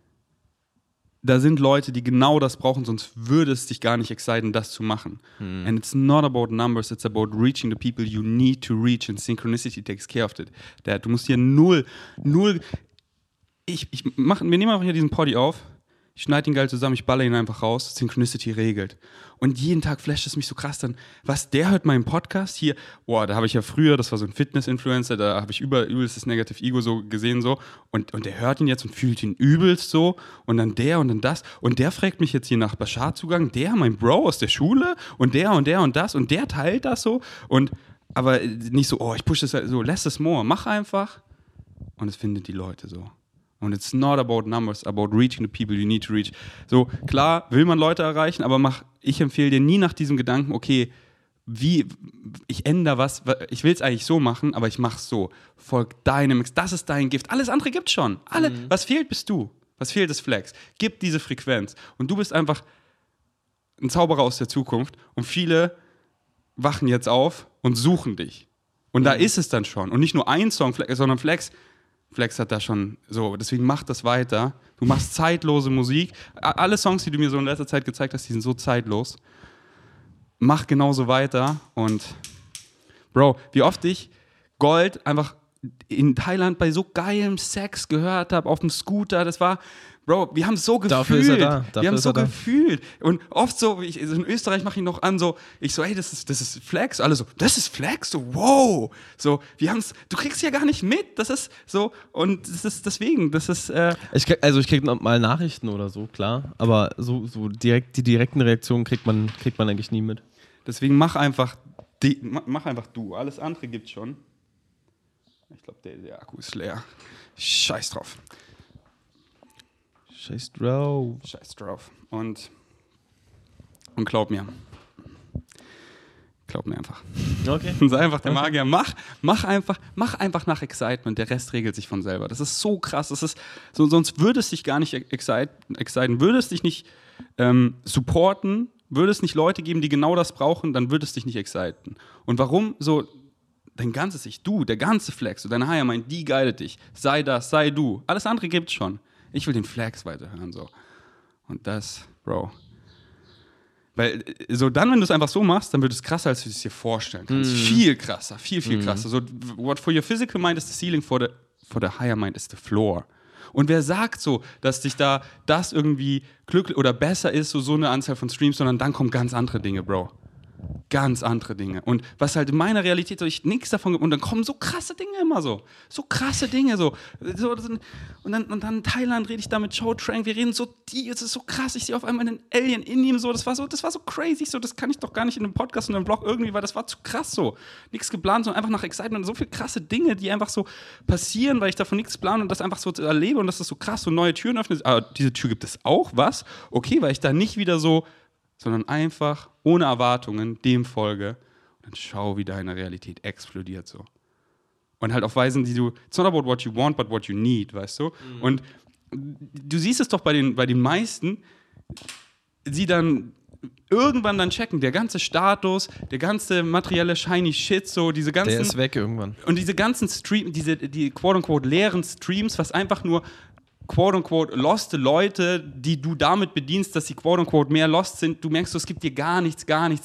da sind Leute, die genau das brauchen, sonst würde es dich gar nicht exciten, das zu machen. And it's not about numbers, it's about reaching the people you need to reach and synchronicity takes care of it. Du musst hier null, wir nehmen einfach hier diesen Poddy auf, ich schneide ihn geil zusammen, ich baller ihn einfach raus, Synchronicity regelt. Und jeden Tag flasht es mich so krass dann, der hört meinen Podcast hier, da habe ich ja früher, das war so ein Fitness-Influencer, da habe ich übelst das Negative Ego so gesehen so und der hört ihn jetzt und fühlt ihn übelst so und dann der und dann das und der fragt mich jetzt hier nach Bashar-Zugang, mein Bro aus der Schule und der und das und der teilt das so und aber nicht so, ich push das so, less is more, mach einfach und es findet die Leute so. Und it's not about numbers, about reaching the people you need to reach. So, klar, will man Leute erreichen, aber ich empfehle dir nie nach diesem Gedanken, okay, ich ändere was, ich will es eigentlich so machen, aber ich mache es so. Folg deinem, das ist dein Gift. Alles andere gibt's schon. Was fehlt, bist du. Was fehlt, ist Flex. Gib diese Frequenz. Und du bist einfach ein Zauberer aus der Zukunft. Und viele wachen jetzt auf und suchen dich. Und da ist es dann schon. Und nicht nur ein Song, sondern Flex hat da schon so, deswegen mach das weiter. Du machst zeitlose Musik. Alle Songs, die du mir so in letzter Zeit gezeigt hast, die sind so zeitlos. Mach genauso weiter und Bro, wie oft ich Gold einfach in Thailand bei so geilem Sex gehört habe, auf dem Scooter, das war, Bro, wir haben es so gefühlt. Dafür ist er da. Wir haben es so gefühlt. Und oft so, in Österreich mache ich noch an, so, ich so, das ist Flex. Alle so, das ist Flex? So, wow. So, du kriegst ja gar nicht mit. Das ist so, und das ist deswegen, das ist. Ich krieg mal Nachrichten oder so, klar. Aber so direkt, die direkten Reaktionen kriegt man eigentlich nie mit. Deswegen mach einfach du. Alles andere gibt's schon. Ich glaube, der Akku ist leer. Scheiß drauf. Scheiß drauf. Und glaub mir. Glaub mir einfach. Okay. Sei einfach der Magier. Mach einfach nach Excitement. Der Rest regelt sich von selber. Das ist so krass. Das ist so, sonst würde es dich gar nicht exciten. Würde es dich nicht supporten. Würde es nicht Leute geben, die genau das brauchen, dann würde es dich nicht exciten. Und warum so dein ganzes Ich, der ganze Flex, so deine Higher Mind, die guidet dich. Sei das, sei du. Alles andere gibt's schon. Ich will den Flex weiterhören, so. Und das, Bro. Weil, so dann, wenn du es einfach so machst, dann wird es krasser, als du es dir vorstellen kannst. Viel krasser, viel krasser. So, what for your physical mind is the ceiling, for the higher mind is the floor. Und wer sagt so, dass dich da das irgendwie glücklich oder besser ist, so eine Anzahl von Streams, sondern dann kommen ganz andere Dinge, Bro. ganz andere Dinge. Und was halt in meiner Realität so, ich nichts davon, und dann kommen so krasse Dinge immer so krasse Dinge so und dann in Thailand rede ich da mit Joe Trank, wir reden so, es ist so krass, ich sehe auf einmal einen Alien in ihm so, das war so crazy, so, das kann ich doch gar nicht in einem Podcast und einem Vlog irgendwie, weil das war zu krass so, nichts geplant, sondern einfach nach Excitement, so viele krasse Dinge, die einfach so passieren, weil ich davon nichts plane und das einfach so erlebe und das ist so krass, so neue Türen öffnet, aber diese Tür gibt es auch, was? Okay, weil ich da nicht wieder so, sondern einfach ohne Erwartungen dem folge und dann schau, wie deine Realität explodiert so. Und halt auf Weisen, die du, it's not about what you want, but what you need, weißt du? Mhm. Und du siehst es doch bei den meisten, die dann irgendwann dann checken, der ganze Status, der ganze materielle shiny Shit, so diese ganzen... Der ist weg irgendwann. Und diese ganzen Streams, die quote-unquote leeren Streams, was einfach nur quote-unquote loste Leute, die du damit bedienst, dass sie quote-unquote mehr lost sind, du merkst, es gibt dir gar nichts.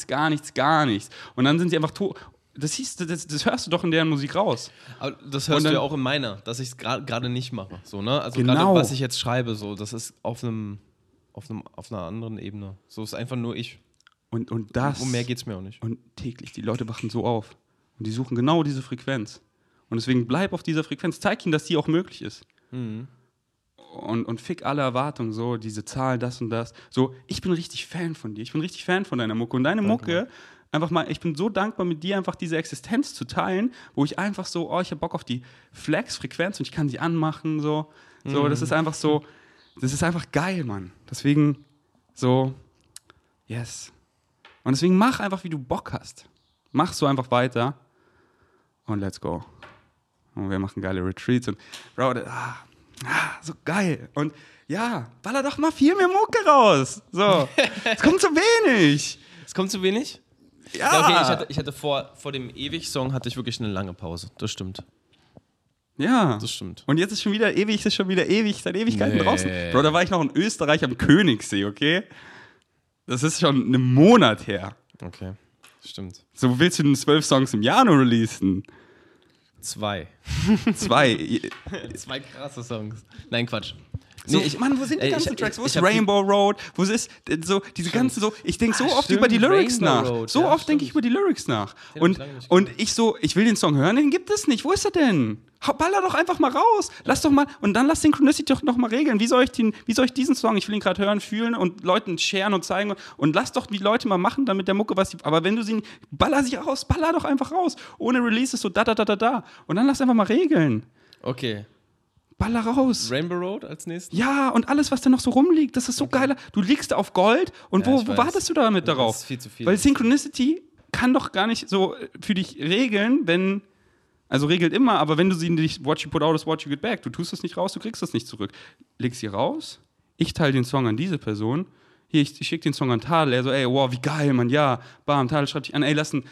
Und dann sind sie einfach tot. Das hörst du doch in deren Musik raus. Aber das hörst du ja auch in meiner, dass ich es gerade nicht mache. So, ne? Also gerade was ich jetzt schreibe, so, das ist auf einer anderen Ebene. So ist einfach nur ich. Und das. Um mehr geht's mir auch nicht. Und täglich, die Leute wachen so auf. Und die suchen genau diese Frequenz. Und deswegen bleib auf dieser Frequenz. Zeig ihnen, dass die auch möglich ist. Mhm. Und fick alle Erwartungen, so, diese Zahl, das und das. So, ich bin richtig Fan von dir. Ich bin richtig Fan von deiner Mucke. Und deine Mucke, einfach mal, ich bin so dankbar, mit dir einfach diese Existenz zu teilen, wo ich einfach so, ich hab Bock auf die Flex-Frequenz und ich kann sie anmachen, so. So, das ist einfach so, das ist einfach geil, Mann. Deswegen, so, yes. Und deswegen mach einfach, wie du Bock hast. Mach so einfach weiter und let's go. Und wir machen geile Retreats und, Bro, so geil. Und ja, baller doch mal viel mehr Mucke raus. So, es kommt zu wenig. Es kommt zu wenig? Ja. Okay, ich hatte vor dem Ewig-Song hatte ich wirklich eine lange Pause. Das stimmt. Ja. Das stimmt. Und jetzt ist schon wieder ewig, seit Ewigkeiten draußen. Bro, da war ich noch in Österreich am Königssee, okay? Das ist schon einen Monat her. Okay, stimmt. So, willst du denn 12 Songs im Jahr nur releasen? 2. 2? 2 krasse Songs. Nein, Quatsch. So, Mann, wo sind die ganzen Tracks? Wo ist Rainbow Road? Wo ist so diese ganzen so? Ich denke so oft über die Lyrics nach. So oft denke ich über die Lyrics nach. Und ich will den Song hören, den gibt es nicht. Wo ist er denn? Baller doch einfach mal raus. Lass doch mal, und dann lass Synchronicity doch noch mal regeln. Wie soll ich diesen Song, ich will ihn gerade hören, fühlen und Leuten sharen und zeigen und lass doch die Leute mal machen, damit der Mucke aber wenn du sie, baller doch einfach raus. Ohne Releases so da. Und dann lass einfach mal regeln. Okay. Baller raus. Rainbow Road als nächstes? Ja, und alles, was da noch so rumliegt, das ist so geil. Du liegst da auf Gold und wo wartest du damit darauf? Das ist viel zu viel. Weil Synchronicity kann doch gar nicht so für dich regeln, also regelt immer, aber wenn du sie nicht, what you put out is what you get back. Du tust es nicht raus, du kriegst es nicht zurück. Leg sie raus, ich teile den Song an diese Person, hier, ich schicke den Song an Tadel, er so, ey, wow, wie geil, Mann, ja, bam, Tadel schreibt dich an, ey,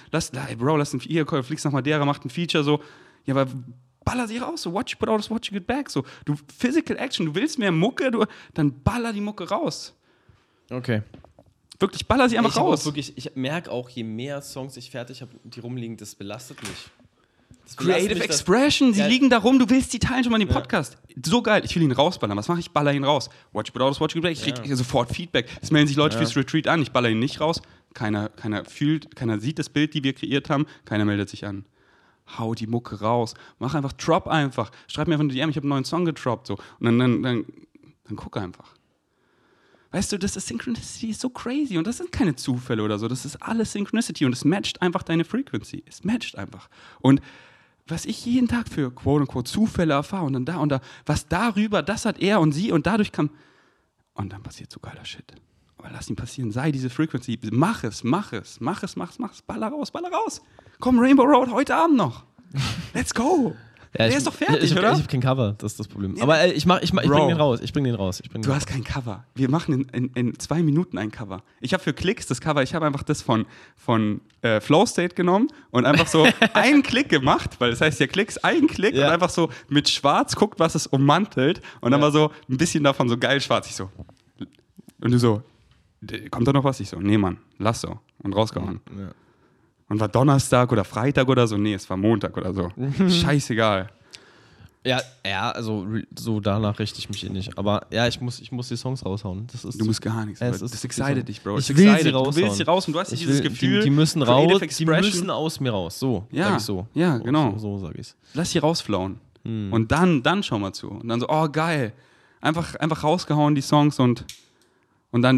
fliegst nochmal derer, macht ein Feature, so, ja, aber baller sie raus, so, what you put out is what you get back, so, du, Physical Action, du willst mehr Mucke, dann baller die Mucke raus. Okay. Wirklich, baller sie einfach raus. Ich merke auch, je mehr Songs ich fertig habe, die rumliegen, das belastet mich. Creative Expression, sie liegen da rum, du willst die teilen schon mal in den Podcast. So geil, ich will ihn rausballern. Was mache ich? Baller ihn raus. Watch you put out is what you get back. Ich kriege sofort Feedback. Es melden sich Leute fürs Retreat an, ich baller ihn nicht raus. Keiner sieht das Bild, die wir kreiert haben, keiner meldet sich an. Hau die Mucke raus. Mach einfach, drop einfach. Schreib mir einfach eine DM, ich habe einen neuen Song gedroppt. So. Und dann guck einfach. Weißt du, das ist Synchronicity, ist so crazy und das sind keine Zufälle oder so, das ist alles Synchronicity und es matcht einfach deine Frequency. Es matcht einfach. Und was ich jeden Tag für quote-unquote Zufälle erfahre und dann da und da, was darüber, das hat er und sie und dadurch kam, und dann passiert so geiler Shit. Aber lass ihn passieren, sei diese Frequency, mach es, baller raus. Komm, Rainbow Road, heute Abend noch. Let's go. Ja, der ist doch fertig, oder? Ich habe kein Cover, das ist das Problem. Ja, aber ich bring den raus. Du hast kein Cover. Wir machen in 2 Minuten ein Cover. Ich habe für Klicks das Cover, ich habe einfach das von Flow State genommen und einfach so einen Klick gemacht, weil das heißt ja Klicks, einen Klick und einfach so mit Schwarz guckt, was es ummantelt und dann war so ein bisschen davon so geil schwarz. Ich so, und du so, kommt da noch was? Ich so, nee, Mann, lass so. Und rausgehauen. Ja. Und war Donnerstag oder Freitag oder so? Nee, es war Montag oder so. Scheißegal. Ja, also so danach richte ich mich nicht. Aber ja, ich muss die Songs raushauen. Du musst gar nichts. Das excited dich, Bro. Ich will sie raushauen. Du willst sie raus und du hast dieses Gefühl. Die müssen raus, die müssen aus mir raus. So, sag ich so. Ja, genau. So sag ich's. Lass sie rausflauen. Und dann schau mal zu. Und dann so, oh geil. Einfach rausgehauen, die Songs und dann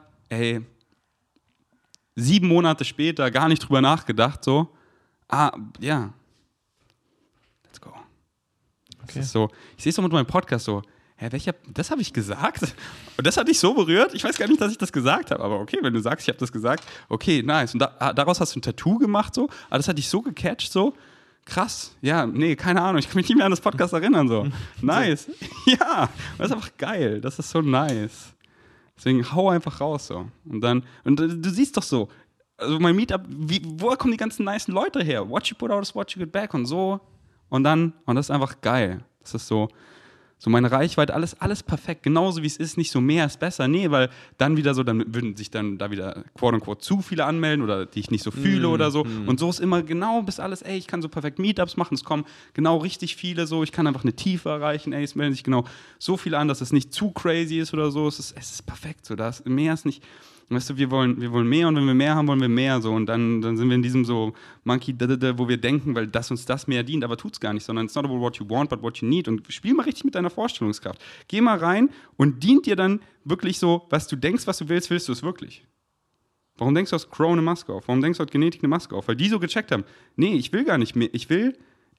7 Monate später gar nicht drüber nachgedacht, so. Ja. Let's go. Okay. Das ist so, ich sehe es so mit meinem Podcast so, das habe ich gesagt? Und das hat dich so berührt? Ich weiß gar nicht, dass ich das gesagt habe, aber okay, wenn du sagst, ich habe das gesagt, okay, nice. Und daraus hast du ein Tattoo gemacht, so, aber das hat dich so gecatcht, so, krass. Ja, nee, keine Ahnung, ich kann mich nicht mehr an das Podcast erinnern, so. Nice. Ja, das ist einfach geil, das ist so nice. Deswegen hau einfach raus, so. Und du siehst doch so, also mein Meetup, woher kommen die ganzen nice Leute her? What you put out is what you get back und so. Und das ist einfach geil. Das ist so meine Reichweite, alles perfekt, genauso wie es ist, nicht so mehr ist besser. Nee, weil dann würden sich dann da wieder quote-unquote zu viele anmelden oder die ich nicht so fühle oder so. Und so ist immer genau bis alles, ich kann so perfekt Meetups machen, es kommen genau richtig viele so, ich kann einfach eine Tiefe erreichen, es melden sich genau so viele an, dass es nicht zu crazy ist oder so. Es ist perfekt so, mehr ist nicht. Weißt du, wir wollen mehr und wenn wir mehr haben, wollen wir mehr so und dann sind wir in diesem so Monkey, wo wir denken, weil uns das mehr dient, aber tut's gar nicht, sondern it's not about what you want, but what you need und spiel mal richtig mit deiner Vorstellungskraft. Geh mal rein und dient dir dann wirklich so, was du denkst, was du willst du es wirklich. Warum denkst du, hast Crow eine Maske auf? Warum denkst du, hat Genetik eine Maske auf? Weil die so gecheckt haben, nee, ich will gar nicht mehr, ich will,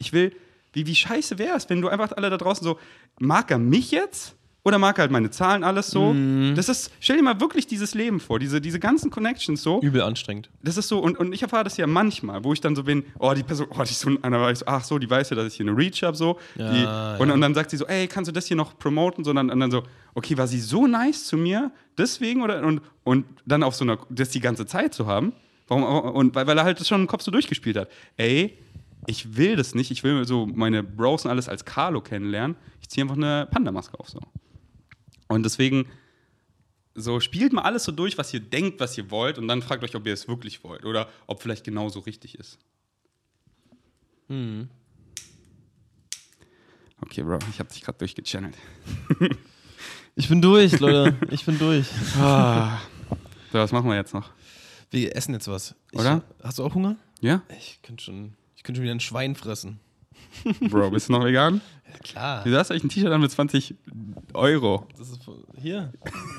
wie scheiße wäre es, wenn du einfach alle da draußen so, mag er mich jetzt? Oder mag halt meine Zahlen, alles so. Stell dir mal wirklich dieses Leben vor, diese ganzen Connections so. Übel anstrengend. Das ist so, und ich erfahre das ja manchmal, wo ich dann so bin, die Person, die ist so einer, war ich so, ach so, die weiß ja, dass ich hier eine Reach habe, so. Und dann sagt sie so, kannst du das hier noch promoten? So, und dann so, okay, war sie so nice zu mir, deswegen, und dann auf so einer, das die ganze Zeit zu haben, weil er halt das schon im Kopf so durchgespielt hat. Ich will das nicht, ich will so meine Bros und alles als Carlo kennenlernen, ich ziehe einfach eine Panda-Maske auf, so. Und deswegen, so spielt mal alles so durch, was ihr denkt, was ihr wollt, und dann fragt euch, ob ihr es wirklich wollt oder ob vielleicht genauso richtig ist. Okay, Bro, ich hab dich gerade durchgechannelt. Ich bin durch, Leute. Ich bin durch. So, was machen wir jetzt noch? Wir essen jetzt was. Oder? Hast du auch Hunger? Ja? Ich könnte schon wieder ein Schwein fressen. Bro, bist du noch vegan? Ja, klar. Wieso hast du eigentlich ein T-Shirt an mit 20 €? Das ist hier.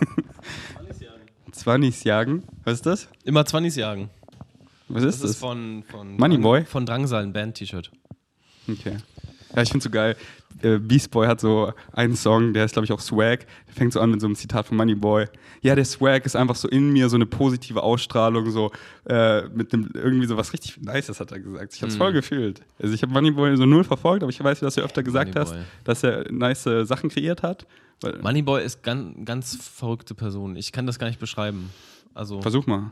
20 jagen? Was ist das? Immer 20 jagen. Was ist das? Das ist von Moneyboy? Von Drangsal, ein Band-T-Shirt. Okay. Ja, ich find's so geil. Beast Boy hat so einen Song, der ist, glaube ich, auch Swag. Der fängt so an mit so einem Zitat von Moneyboy. Ja, der Swag ist einfach so in mir, so eine positive Ausstrahlung, so mit dem irgendwie so was richtig Nices, hat er gesagt. Ich hab's voll gefühlt. Also ich habe Moneyboy so null verfolgt, aber ich weiß, dass du öfter gesagt hast, dass er nice Sachen kreiert hat. Moneyboy ist ganz verrückte Person. Ich kann das gar nicht beschreiben. Also, versuch mal.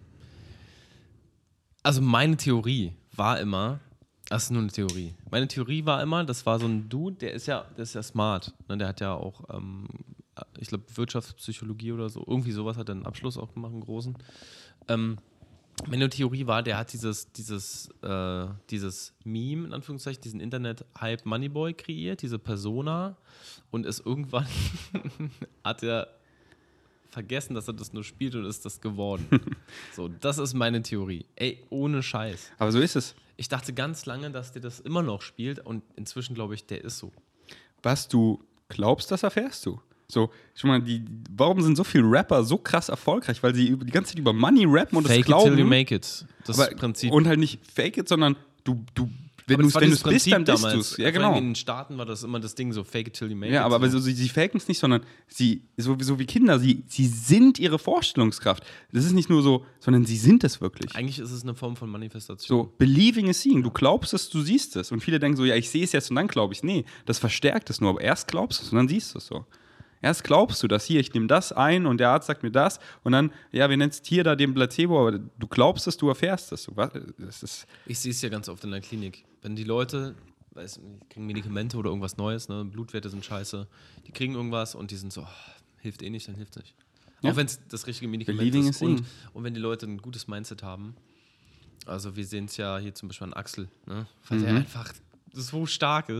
Also meine Theorie war immer, das ist nur eine Theorie. Meine Theorie war immer, das war so ein Dude, der ist ja smart. Ne? Der hat ja auch, ich glaube, Wirtschaftspsychologie oder so. Irgendwie sowas hat er einen Abschluss auch gemacht, einen großen. Meine Theorie war, der hat dieses Meme, in Anführungszeichen, diesen Internet-Hype Moneyboy kreiert, diese Persona, und ist irgendwann hat er vergessen, dass er das nur spielt und ist das geworden. So, das ist meine Theorie. Ohne Scheiß. Aber so ist es. Ich dachte ganz lange, dass der das immer noch spielt, und inzwischen glaube ich, der ist so. Was du glaubst, das erfährst du. So, schon mal, warum sind so viele Rapper so krass erfolgreich? Weil sie die ganze Zeit über Money rappen und fake es glauben. Fake it till you make it. Das ist das Prinzip. Und halt nicht fake it, sondern wenn du es bist, dann bist du es. Ja, genau. In den Staaten war das immer das Ding, so fake it till you make it. Ja, aber so, sie faken es nicht, sondern sie, so wie Kinder, sie sind ihre Vorstellungskraft. Das ist nicht nur so, sondern sie sind es wirklich. Eigentlich ist es eine Form von Manifestation. So, believing is seeing. Du glaubst es, du siehst es. Und viele denken so, ja, ich sehe es jetzt und dann glaube ich es. Nee, das verstärkt es nur. Aber erst glaubst du es und dann siehst du es so. Erst glaubst du, dass hier, ich nehme das ein und der Arzt sagt mir das und dann, ja, wir nennen es hier da den Placebo, aber du glaubst es, du erfährst es. Ich sehe es ja ganz oft in der Klinik. Wenn die Leute, kriegen Medikamente oder irgendwas Neues, ne, Blutwerte sind scheiße, die kriegen irgendwas und die sind so, hilft eh nicht, dann hilft es nicht. Ja. Auch wenn es das richtige Medikament ist. Und wenn die Leute ein gutes Mindset haben, also wir sehen es ja hier zum Beispiel an Axel, ne, weil der einfach so stark ist,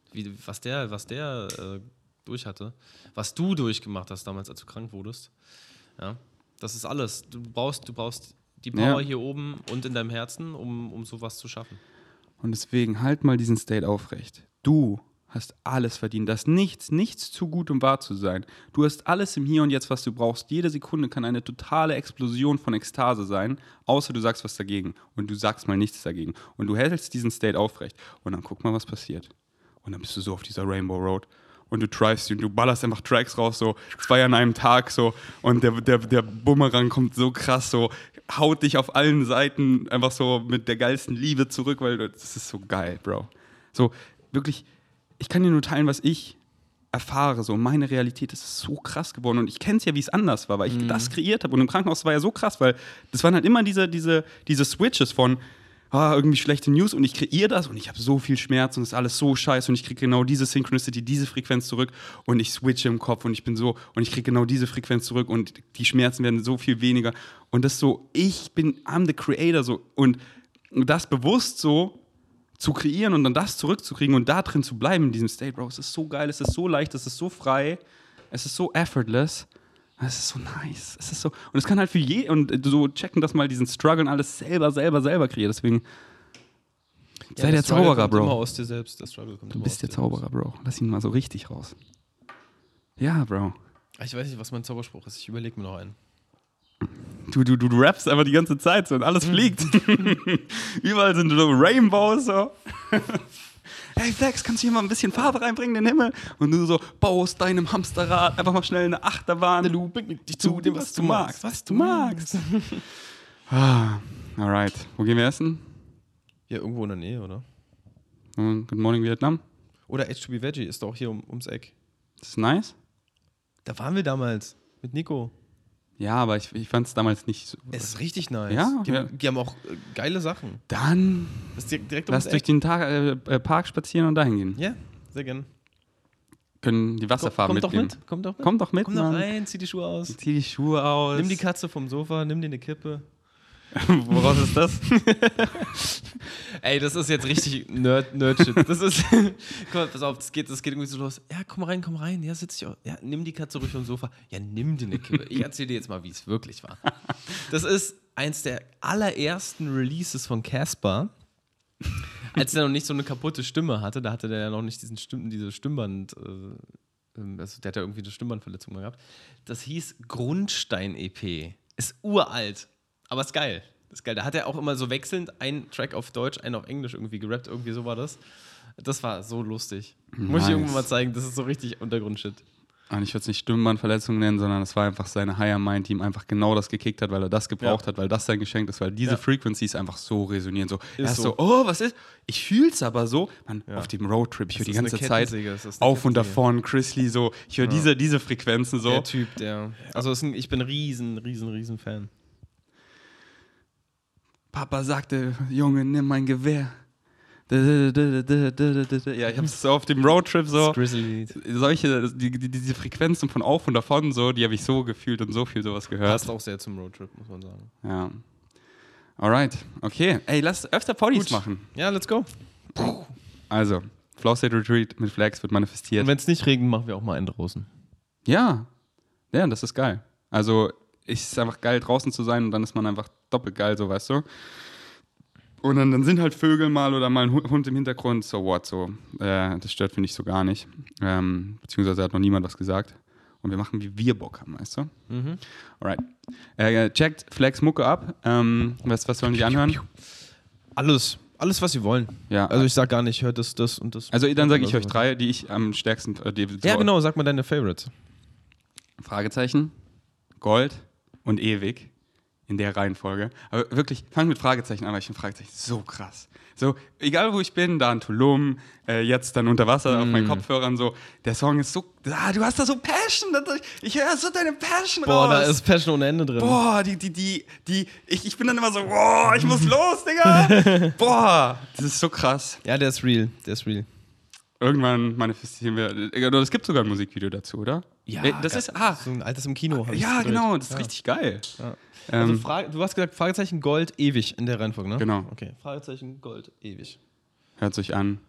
was der durch hatte, was du durchgemacht hast damals, als du krank wurdest. Ja, das ist alles. Du brauchst die Power hier oben und in deinem Herzen, um sowas zu schaffen. Und deswegen halt mal diesen State aufrecht. Du hast alles verdient. Das nichts zu gut, um wahr zu sein. Du hast alles im Hier und Jetzt, was du brauchst. Jede Sekunde kann eine totale Explosion von Ekstase sein, außer du sagst was dagegen. Und du sagst mal nichts dagegen. Und du hältst diesen State aufrecht. Und dann guck mal, was passiert. Und dann bist du so auf dieser Rainbow Road. Und du drivest und du ballerst einfach Tracks raus, so 2 an einem Tag, so. Und der Bumerang kommt so krass, so, haut dich auf allen Seiten einfach so mit der geilsten Liebe zurück, weil das ist so geil, Bro. So, wirklich, ich kann dir nur teilen, was ich erfahre, so meine Realität, das ist so krass geworden und ich kenne es ja, wie es anders war, weil ich das kreiert habe und im Krankenhaus war ja so krass, weil das waren halt immer diese Switches von irgendwie schlechte News und ich kreiere das und ich habe so viel Schmerz und es ist alles so scheiße und ich kriege genau diese Synchronicity, diese Frequenz zurück und ich switche im Kopf und ich bin so und ich kriege genau diese Frequenz zurück und die Schmerzen werden so viel weniger und das so, I'm the creator so und das bewusst so zu kreieren und dann das zurückzukriegen und da drin zu bleiben in diesem State, Bro, es ist so geil, es ist so leicht, es ist so frei, es ist so effortless. Es ist so nice. Es ist so, und es kann halt für und so checken, dass mal diesen Struggle und alles selber kreiert. Deswegen sei der Zauberer, Bro. Immer aus dir selbst. Der Struggle kommt du bist der Zauberer, Bro. Lass ihn mal so richtig raus. Ja, Bro. Ich weiß nicht, was mein Zauberspruch ist. Ich überlege mir noch einen. Du rappst einfach die ganze Zeit so und alles fliegt. Überall sind so Rainbows so. Hey Flex, kannst du hier mal ein bisschen Farbe reinbringen in den Himmel? Und du so, baust deinem Hamsterrad einfach mal schnell eine Achterbahn. Eine Lupe nickt dich zu dem, was du magst. Was du magst. Alright, wo gehen wir essen? Ja, irgendwo in der Nähe, oder? Good Morning Vietnam. Oder H2B Veggie ist doch hier ums Eck. Das ist nice. Da waren wir damals mit Nico. Ja, aber ich fand es damals nicht so. Es ist richtig nice. Ja? Die haben auch geile Sachen. Dann lass durch den Park spazieren und dahin gehen. Ja, sehr gerne. Können die Wasserfarben mitnehmen. Komm doch mit. Komm doch rein, zieh die Schuhe aus. Zieh die Schuhe aus. Nimm die Katze vom Sofa, nimm dir eine Kippe. Woraus ist das? Ey, das ist jetzt richtig Nerd-Shit. Das ist. Guck mal, pass auf, das geht irgendwie so los. Ja, komm rein. Ja, sitz dich auch. Ja, nimm die Katze ruhig vom Sofa. Ja, nimm dir eine Kippe. Ich erzähl dir jetzt mal, wie es wirklich war. Das ist eins der allerersten Releases von Caspar. Als er noch nicht so eine kaputte Stimme hatte, da hatte der ja noch nicht diese Stimmband. Also der hat ja irgendwie eine Stimmbandverletzung mal gehabt. Das hieß Grundstein-EP. Ist uralt. Aber ist geil. Da hat er auch immer so wechselnd einen Track auf Deutsch, einen auf Englisch irgendwie gerappt. Irgendwie so war das. Das war so lustig. Nice. Muss ich irgendwann mal zeigen. Das ist so richtig Untergrundshit. Und ich würde es nicht Stimmbandverletzung nennen, sondern es war einfach seine Higher Mind, die ihm einfach genau das gekickt hat, weil er das gebraucht hat, weil das sein Geschenk ist, weil diese Frequencies einfach so resonieren. So, er ist so, oh, was ist? Ich fühl's aber so. Man, auf dem Roadtrip, ich höre die ganze Zeit auf und davon, Chrisley, so, ich höre diese Frequenzen so. Der Typ, der. Also ich bin ein riesen Fan. Papa sagte, Junge, nimm mein Gewehr. Ja, ich hab's so auf dem Roadtrip so. Diese Frequenzen von auf und davon so, die habe ich so gefühlt und so viel sowas gehört. Passt auch sehr zum Roadtrip, muss man sagen. Ja. Alright, okay. Ey, lass öfter Poddies machen. Ja, let's go. Also, Flow State Retreat mit Flex wird manifestiert. Und wenn es nicht regnet, machen wir auch mal einen draußen. Ja, das ist geil. Also, es ist einfach geil, draußen zu sein und dann ist man einfach doppelt geil, so, weißt du? Und dann sind halt Vögel mal oder mal ein Hund im Hintergrund, so what, so. Das stört, finde ich, so gar nicht. Beziehungsweise hat noch niemand was gesagt. Und wir machen, wie wir Bock haben, weißt du? Mhm. Alright. Checkt Flex Mucke ab. Was sollen die anhören? Alles, was sie wollen. Ja. Also ich sag gar nicht, hört das und das. Also dann sage ich euch 3, die ich am stärksten... ja, genau, sag mal deine Favorites. Fragezeichen, Gold und Ewig. In der Reihenfolge. Aber wirklich, fang mit Fragezeichen an, weil ich finde Fragezeichen so krass. So, egal wo ich bin, da in Tulum, jetzt dann unter Wasser auf meinen Kopfhörern, so, der Song ist so, du hast da so Passion, ich höre so deine Passion raus. Boah, da ist Passion ohne Ende drin. Boah, ich bin dann immer so, boah, ich muss los, Digga. Boah, das ist so krass. Ja, der ist real. Irgendwann manifestieren wir, es gibt sogar ein Musikvideo dazu, oder? Ja, das ist so ein altes im Kino. Ja, genau, das ist richtig geil. Ja. Also du hast gesagt, Fragezeichen Gold ewig in der Reihenfolge, ne? Genau. Okay, Fragezeichen Gold ewig. Hört sich an.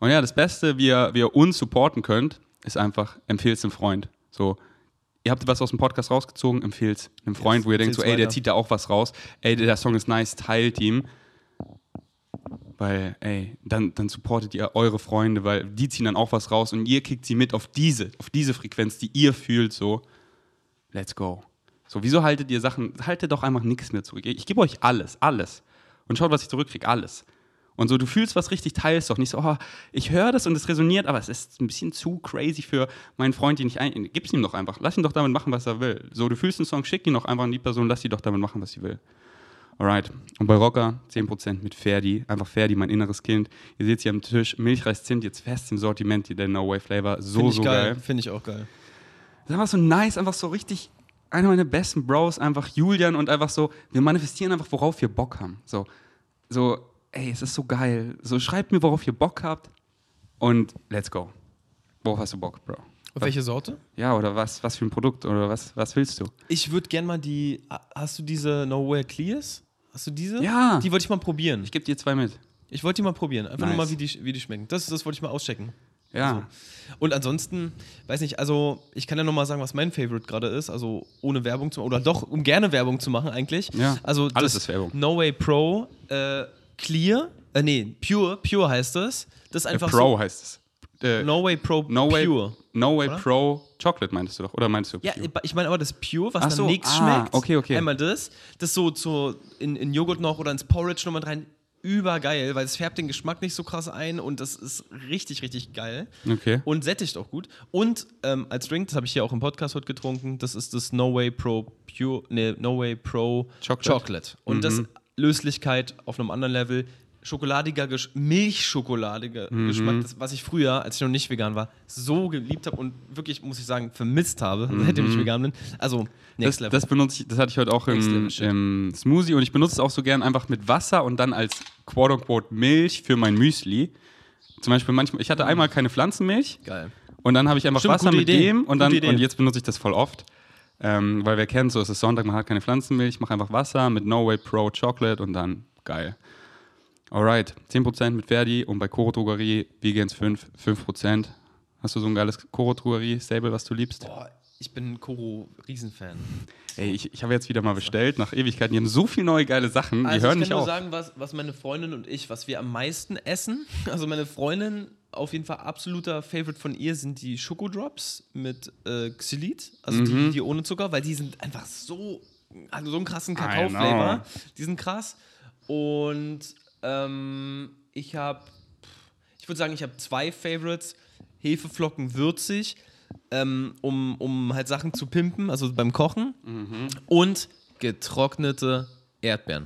Und ja, das Beste, wie ihr uns supporten könnt, ist einfach, empfehlt es einem Freund. So, ihr habt was aus dem Podcast rausgezogen, empfehlt es einem Freund, wo ihr denkt so, ey, der zieht da auch was raus. Ey, der Song ist nice, teilt ihm. Weil, ey, dann supportet ihr eure Freunde, weil die ziehen dann auch was raus und ihr kickt sie mit auf diese Frequenz, die ihr fühlt, so, let's go. So, wieso haltet ihr Sachen, haltet doch einfach nichts mehr zurück. Ich gebe euch alles. Und schaut, was ich zurückkriege, alles. Und so, du fühlst was richtig, teilst doch nicht so, oh, ich höre das und es resoniert, aber es ist ein bisschen zu crazy für meinen Freund, den ich gib's ihm doch einfach, lass ihn doch damit machen, was er will. So, du fühlst einen Song, schick ihn doch einfach an die Person, lass sie doch damit machen, was sie will. Alright. Und bei Rocker 10% mit Ferdi. Einfach Ferdi, mein inneres Kind. Ihr seht hier am Tisch, Milchreis Zimt, jetzt fest im Sortiment, der No Way Flavor. So geil. Finde ich auch geil. Das ist einfach so nice, einfach so richtig, einer meiner besten Bros, einfach Julian und einfach so, wir manifestieren einfach, worauf wir Bock haben. So, ey, es ist so geil. So, schreibt mir, worauf ihr Bock habt und let's go. Worauf hast du Bock, Bro? Auf welche Sorte? Ja, oder was für ein Produkt oder was willst du? Ich würde gerne mal hast du diese No Way Clears? Hast du diese? Ja. Die wollte ich mal probieren. Ich gebe dir 2 mit. Ich wollte die mal probieren. Einfach nur mal, wie die schmecken. Das wollte ich mal auschecken. Ja. Also. Und ansonsten, weiß nicht, also ich kann ja nochmal sagen, was mein Favorite gerade ist, also ohne Werbung zu machen, oder doch, um gerne Werbung zu machen eigentlich. Ja, also alles ist Werbung. No Way Pro Clear, Pure heißt das. Das ist einfach Pro so, heißt es. No Way Pro No Pure. No Way oder? Pro Chocolate meintest du doch, oder meinst du Pure? Ja, ich meine aber das Pure, was Ach so, dann nichts schmeckt. Okay. Einmal das so in Joghurt noch oder ins Porridge nochmal rein. Übergeil, weil es färbt den Geschmack nicht so krass ein und das ist richtig, richtig geil. Okay. Und sättigt auch gut. Und als Drink, das habe ich hier auch im Podcast heute getrunken, das ist das No Way Pro Chocolate. Und das Löslichkeit auf einem anderen Level, milchschokoladiger Geschmack, das, was ich früher, als ich noch nicht vegan war, so geliebt habe und wirklich, muss ich sagen, vermisst habe, seitdem ich vegan bin. Also, next level. Das benutze ich, das hatte ich heute auch im Smoothie und ich benutze es auch so gern einfach mit Wasser und dann als quote-unquote Milch für mein Müsli. Zum Beispiel manchmal, ich hatte einmal keine Pflanzenmilch. Geil. Und dann habe ich einfach Wasser mit dem und jetzt benutze ich das voll oft. Weil wer kennt, so es ist Sonntag, man hat keine Pflanzenmilch, ich mache einfach Wasser mit No Way Pro Chocolate und dann geil. Alright, 10% mit Ferdi und bei Koro Drogerie Vegans 5%. Hast du so ein geiles Koro Drogerie-Stable, was du liebst? Boah, ich bin Koro-Riesenfan. Ey, ich habe jetzt wieder mal bestellt, nach Ewigkeiten. Die haben so viele neue geile Sachen, also die hören nicht auf. Ich kann nur sagen, was meine Freundin und ich, was wir am meisten essen. Also meine Freundin, auf jeden Fall absoluter Favorite von ihr, sind die Schokodrops mit Xylit. Also die ohne Zucker, weil die sind einfach so einen krassen Kakao-Flavor. Die sind krass. Und ich würde sagen, ich habe 2 Favorites. Hefeflocken würzig, um halt Sachen zu pimpen, also beim Kochen. Und getrocknete Erdbeeren.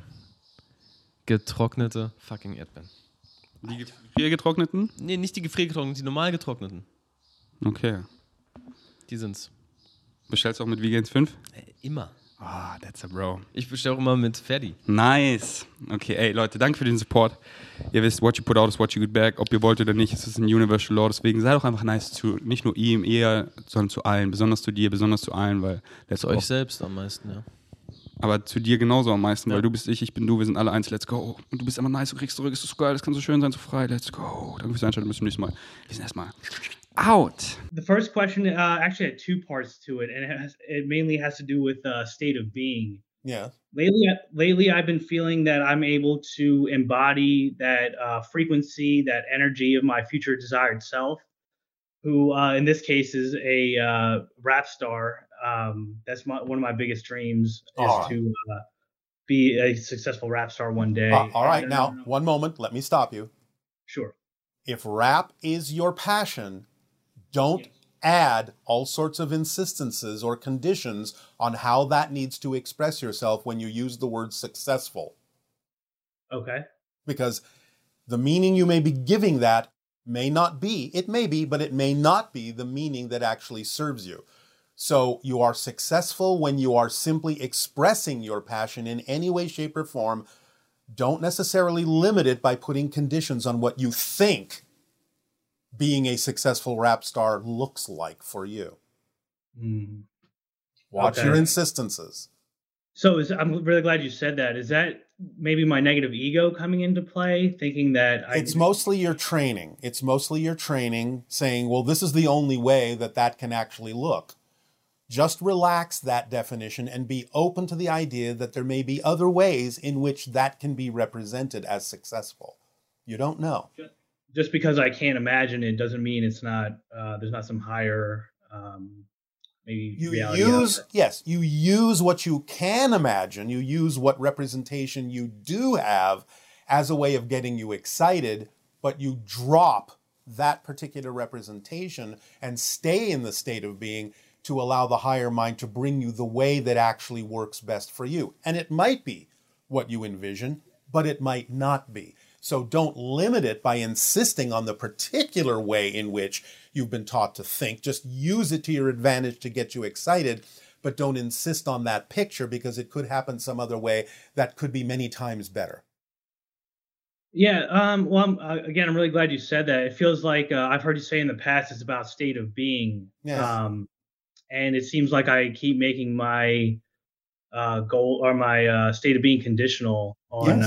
Getrocknete fucking Erdbeeren. Die gefriergetrockneten? Nee, nicht die gefriergetrockneten, die normal getrockneten. Okay. Die sind's. Bestellst du auch mit Vegans 5? Immer. Ah, that's a bro. Ich bestelle auch immer mit Ferdi. Nice. Okay, ey Leute, danke für den Support. Ihr wisst, what you put out is what you get back. Ob ihr wollt oder nicht, es ist ein Universal Law. Deswegen sei doch einfach nice zu, nicht nur ihm, eher, sondern zu allen. Besonders zu dir, besonders zu allen, weil... Zu euch selbst am meisten, ja. Aber zu dir genauso am meisten, weil du bist ich bin du, wir sind alle eins, let's go. Und du bist immer nice, du kriegst zurück, ist so geil, das kann so schön sein, so frei, let's go. Danke fürs Einschalten, bis zum nächsten Mal. Wir sind erstmal out. The first question actually had 2 parts to it, and it mainly has to do with state of being. Yeah. Lately, I've been feeling that I'm able to embody that frequency, that energy of my future desired self, who in this case is a rap star. That's one of my biggest dreams is to be a successful rap star one day. All right, now, one moment. Let me stop you. Sure. If rap is your passion, don't add all sorts of insistences or conditions on how that needs to express yourself when you use the word successful. Okay. Because the meaning you may be giving that may not be, it may be, but it may not be the meaning that actually serves you. So you are successful when you are simply expressing your passion in any way, shape, or form. Don't necessarily limit it by putting conditions on what you think being a successful rap star looks like for you. Watch your insistences. So I'm really glad you said that. Is that maybe my negative ego coming into play, thinking that it's mostly your training. It's mostly your training saying, well, this is the only way that can actually look. Just relax that definition and be open to the idea that there may be other ways in which that can be represented as successful. You don't know. Just because I can't imagine it doesn't mean it's not, there's not some higher, maybe you reality. You use what you can imagine. You use what representation you do have as a way of getting you excited, but you drop that particular representation and stay in the state of being to allow the higher mind to bring you the way that actually works best for you. And it might be what you envision, but it might not be. So don't limit it by insisting on the particular way in which you've been taught to think. Just use it to your advantage to get you excited, but don't insist on that picture because it could happen some other way that could be many times better. Yeah. Again, I'm really glad you said that. It feels like I've heard you say in the past it's about state of being. Yes. And it seems like I keep making my goal or my state of being conditional on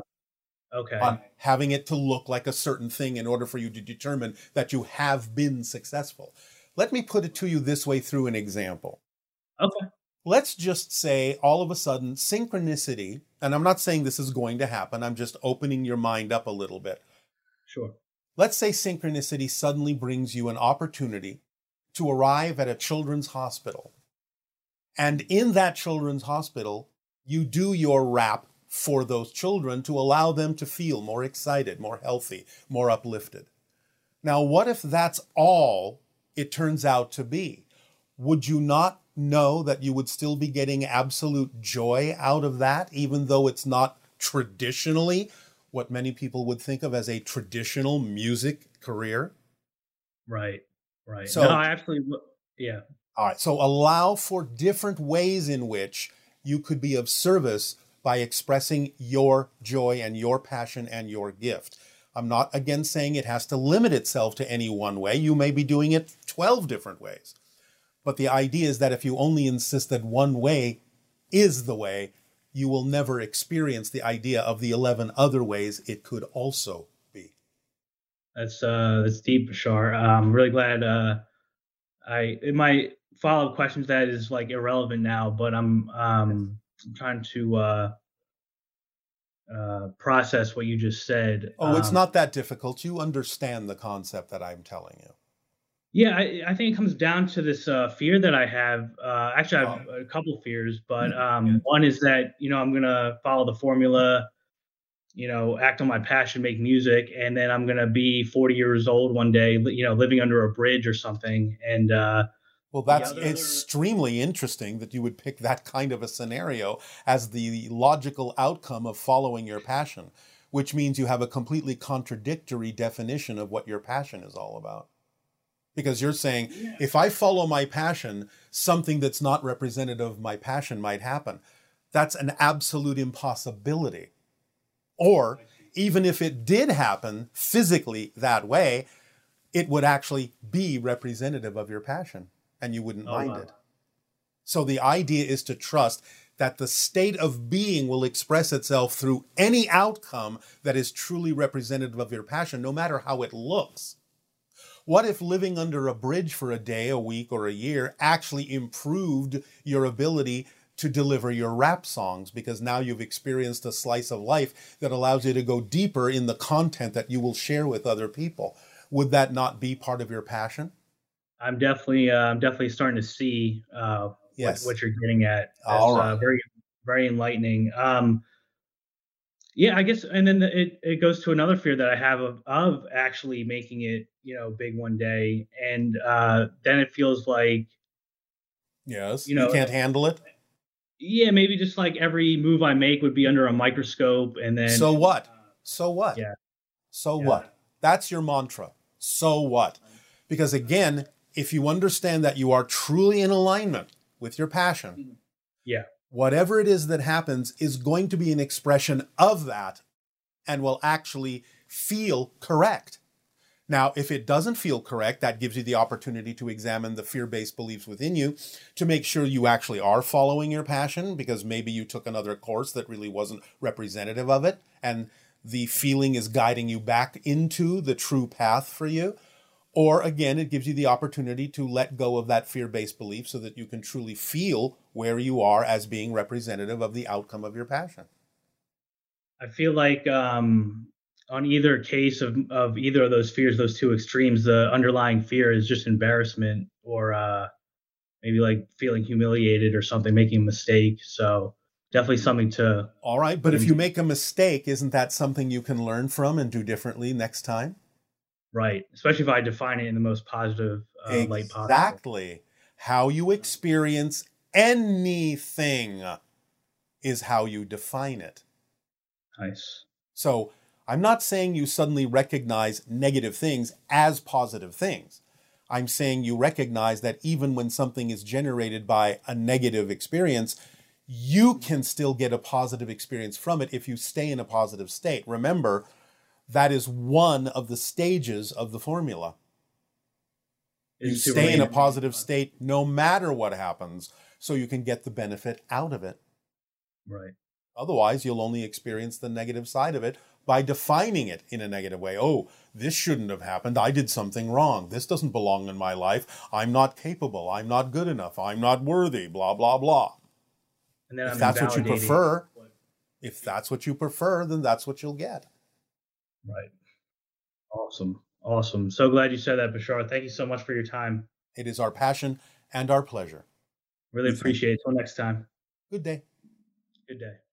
on having it to look like a certain thing in order for you to determine that you have been successful. Let me put it to you this way through an example. Okay. Let's just say all of a sudden synchronicity, and I'm not saying this is going to happen, I'm just opening your mind up a little bit. Sure. Let's say synchronicity suddenly brings you an opportunity to arrive at a children's hospital. And in that children's hospital, you do your rap for those children to allow them to feel more excited, more healthy, more uplifted. Now, what if that's all it turns out to be? Would you not know that you would still be getting absolute joy out of that, even though it's not traditionally what many people would think of as a traditional music career? Right. Right. So, no, I absolutely, yeah. All right. So allow for different ways in which you could be of service by expressing your joy and your passion and your gift. I'm not, again, saying it has to limit itself to any one way. You may be doing it 12 different ways. But the idea is that if you only insist that one way is the way, you will never experience the idea of the 11 other ways it could also be. That's deep, Bashar. I'm really glad. My follow-up question to that is like irrelevant now, but I'm trying to process what you just said. Oh, it's not that difficult. You understand the concept that I'm telling you. Yeah, I think it comes down to this fear that I have. Actually, I have a couple fears, but one is that, I'm going to follow the formula, act on my passion, make music, and then I'm going to be 40 years old one day, living under a bridge or something. And well, that's extremely interesting that you would pick that kind of a scenario as the logical outcome of following your passion, which means you have a completely contradictory definition of what your passion is all about. Because you're saying, if I follow my passion, something that's not representative of my passion might happen. That's an absolute impossibility. Or even if it did happen physically that way, it would actually be representative of your passion and you wouldn't mind it. So the idea is to trust that the state of being will express itself through any outcome that is truly representative of your passion, no matter how it looks. What if living under a bridge for a day, a week, or a year actually improved your ability to deliver your rap songs because now you've experienced a slice of life that allows you to go deeper in the content that you will share with other people? Would that not be part of your passion? I'm definitely starting to see what you're getting at. All right. Very, very enlightening. Yeah, I guess, and then it goes to another fear that I have of actually making it, big one day, and then it feels like, yes, you can't handle it. Yeah, maybe just like every move I make would be under a microscope, and then so what? So what? Yeah. So what? That's your mantra. So what? Because again, if you understand that you are truly in alignment with your passion, whatever it is that happens is going to be an expression of that and will actually feel correct. Now, if it doesn't feel correct, that gives you the opportunity to examine the fear-based beliefs within you to make sure you actually are following your passion, because maybe you took another course that really wasn't representative of it, and the feeling is guiding you back into the true path for you. Or again, it gives you the opportunity to let go of that fear-based belief so that you can truly feel where you are as being representative of the outcome of your passion. I feel like on either case of either of those fears, those two extremes, the underlying fear is just embarrassment or maybe like feeling humiliated or something, making a mistake. So definitely something to... All right, but if you make a mistake, isn't that something you can learn from and do differently next time? Right, especially if I define it in the most positive light possible. Exactly. How you experience anything is how you define it. Nice. So I'm not saying you suddenly recognize negative things as positive things. I'm saying you recognize that even when something is generated by a negative experience, you can still get a positive experience from it if you stay in a positive state. Remember, that is one of the stages of the formula. You stay in a positive state no matter what happens, so you can get the benefit out of it. Right. Otherwise, you'll only experience the negative side of it by defining it in a negative way. Oh, this shouldn't have happened. I did something wrong. This doesn't belong in my life. I'm not capable. I'm not good enough. I'm not worthy, blah, blah, blah. And then if that's what you prefer, then that's what you'll get. Right. Awesome. Awesome. So glad you said that, Bashar. Thank you so much for your time. It is our passion and our pleasure. Really appreciate it. Till next time. Good day. Good day.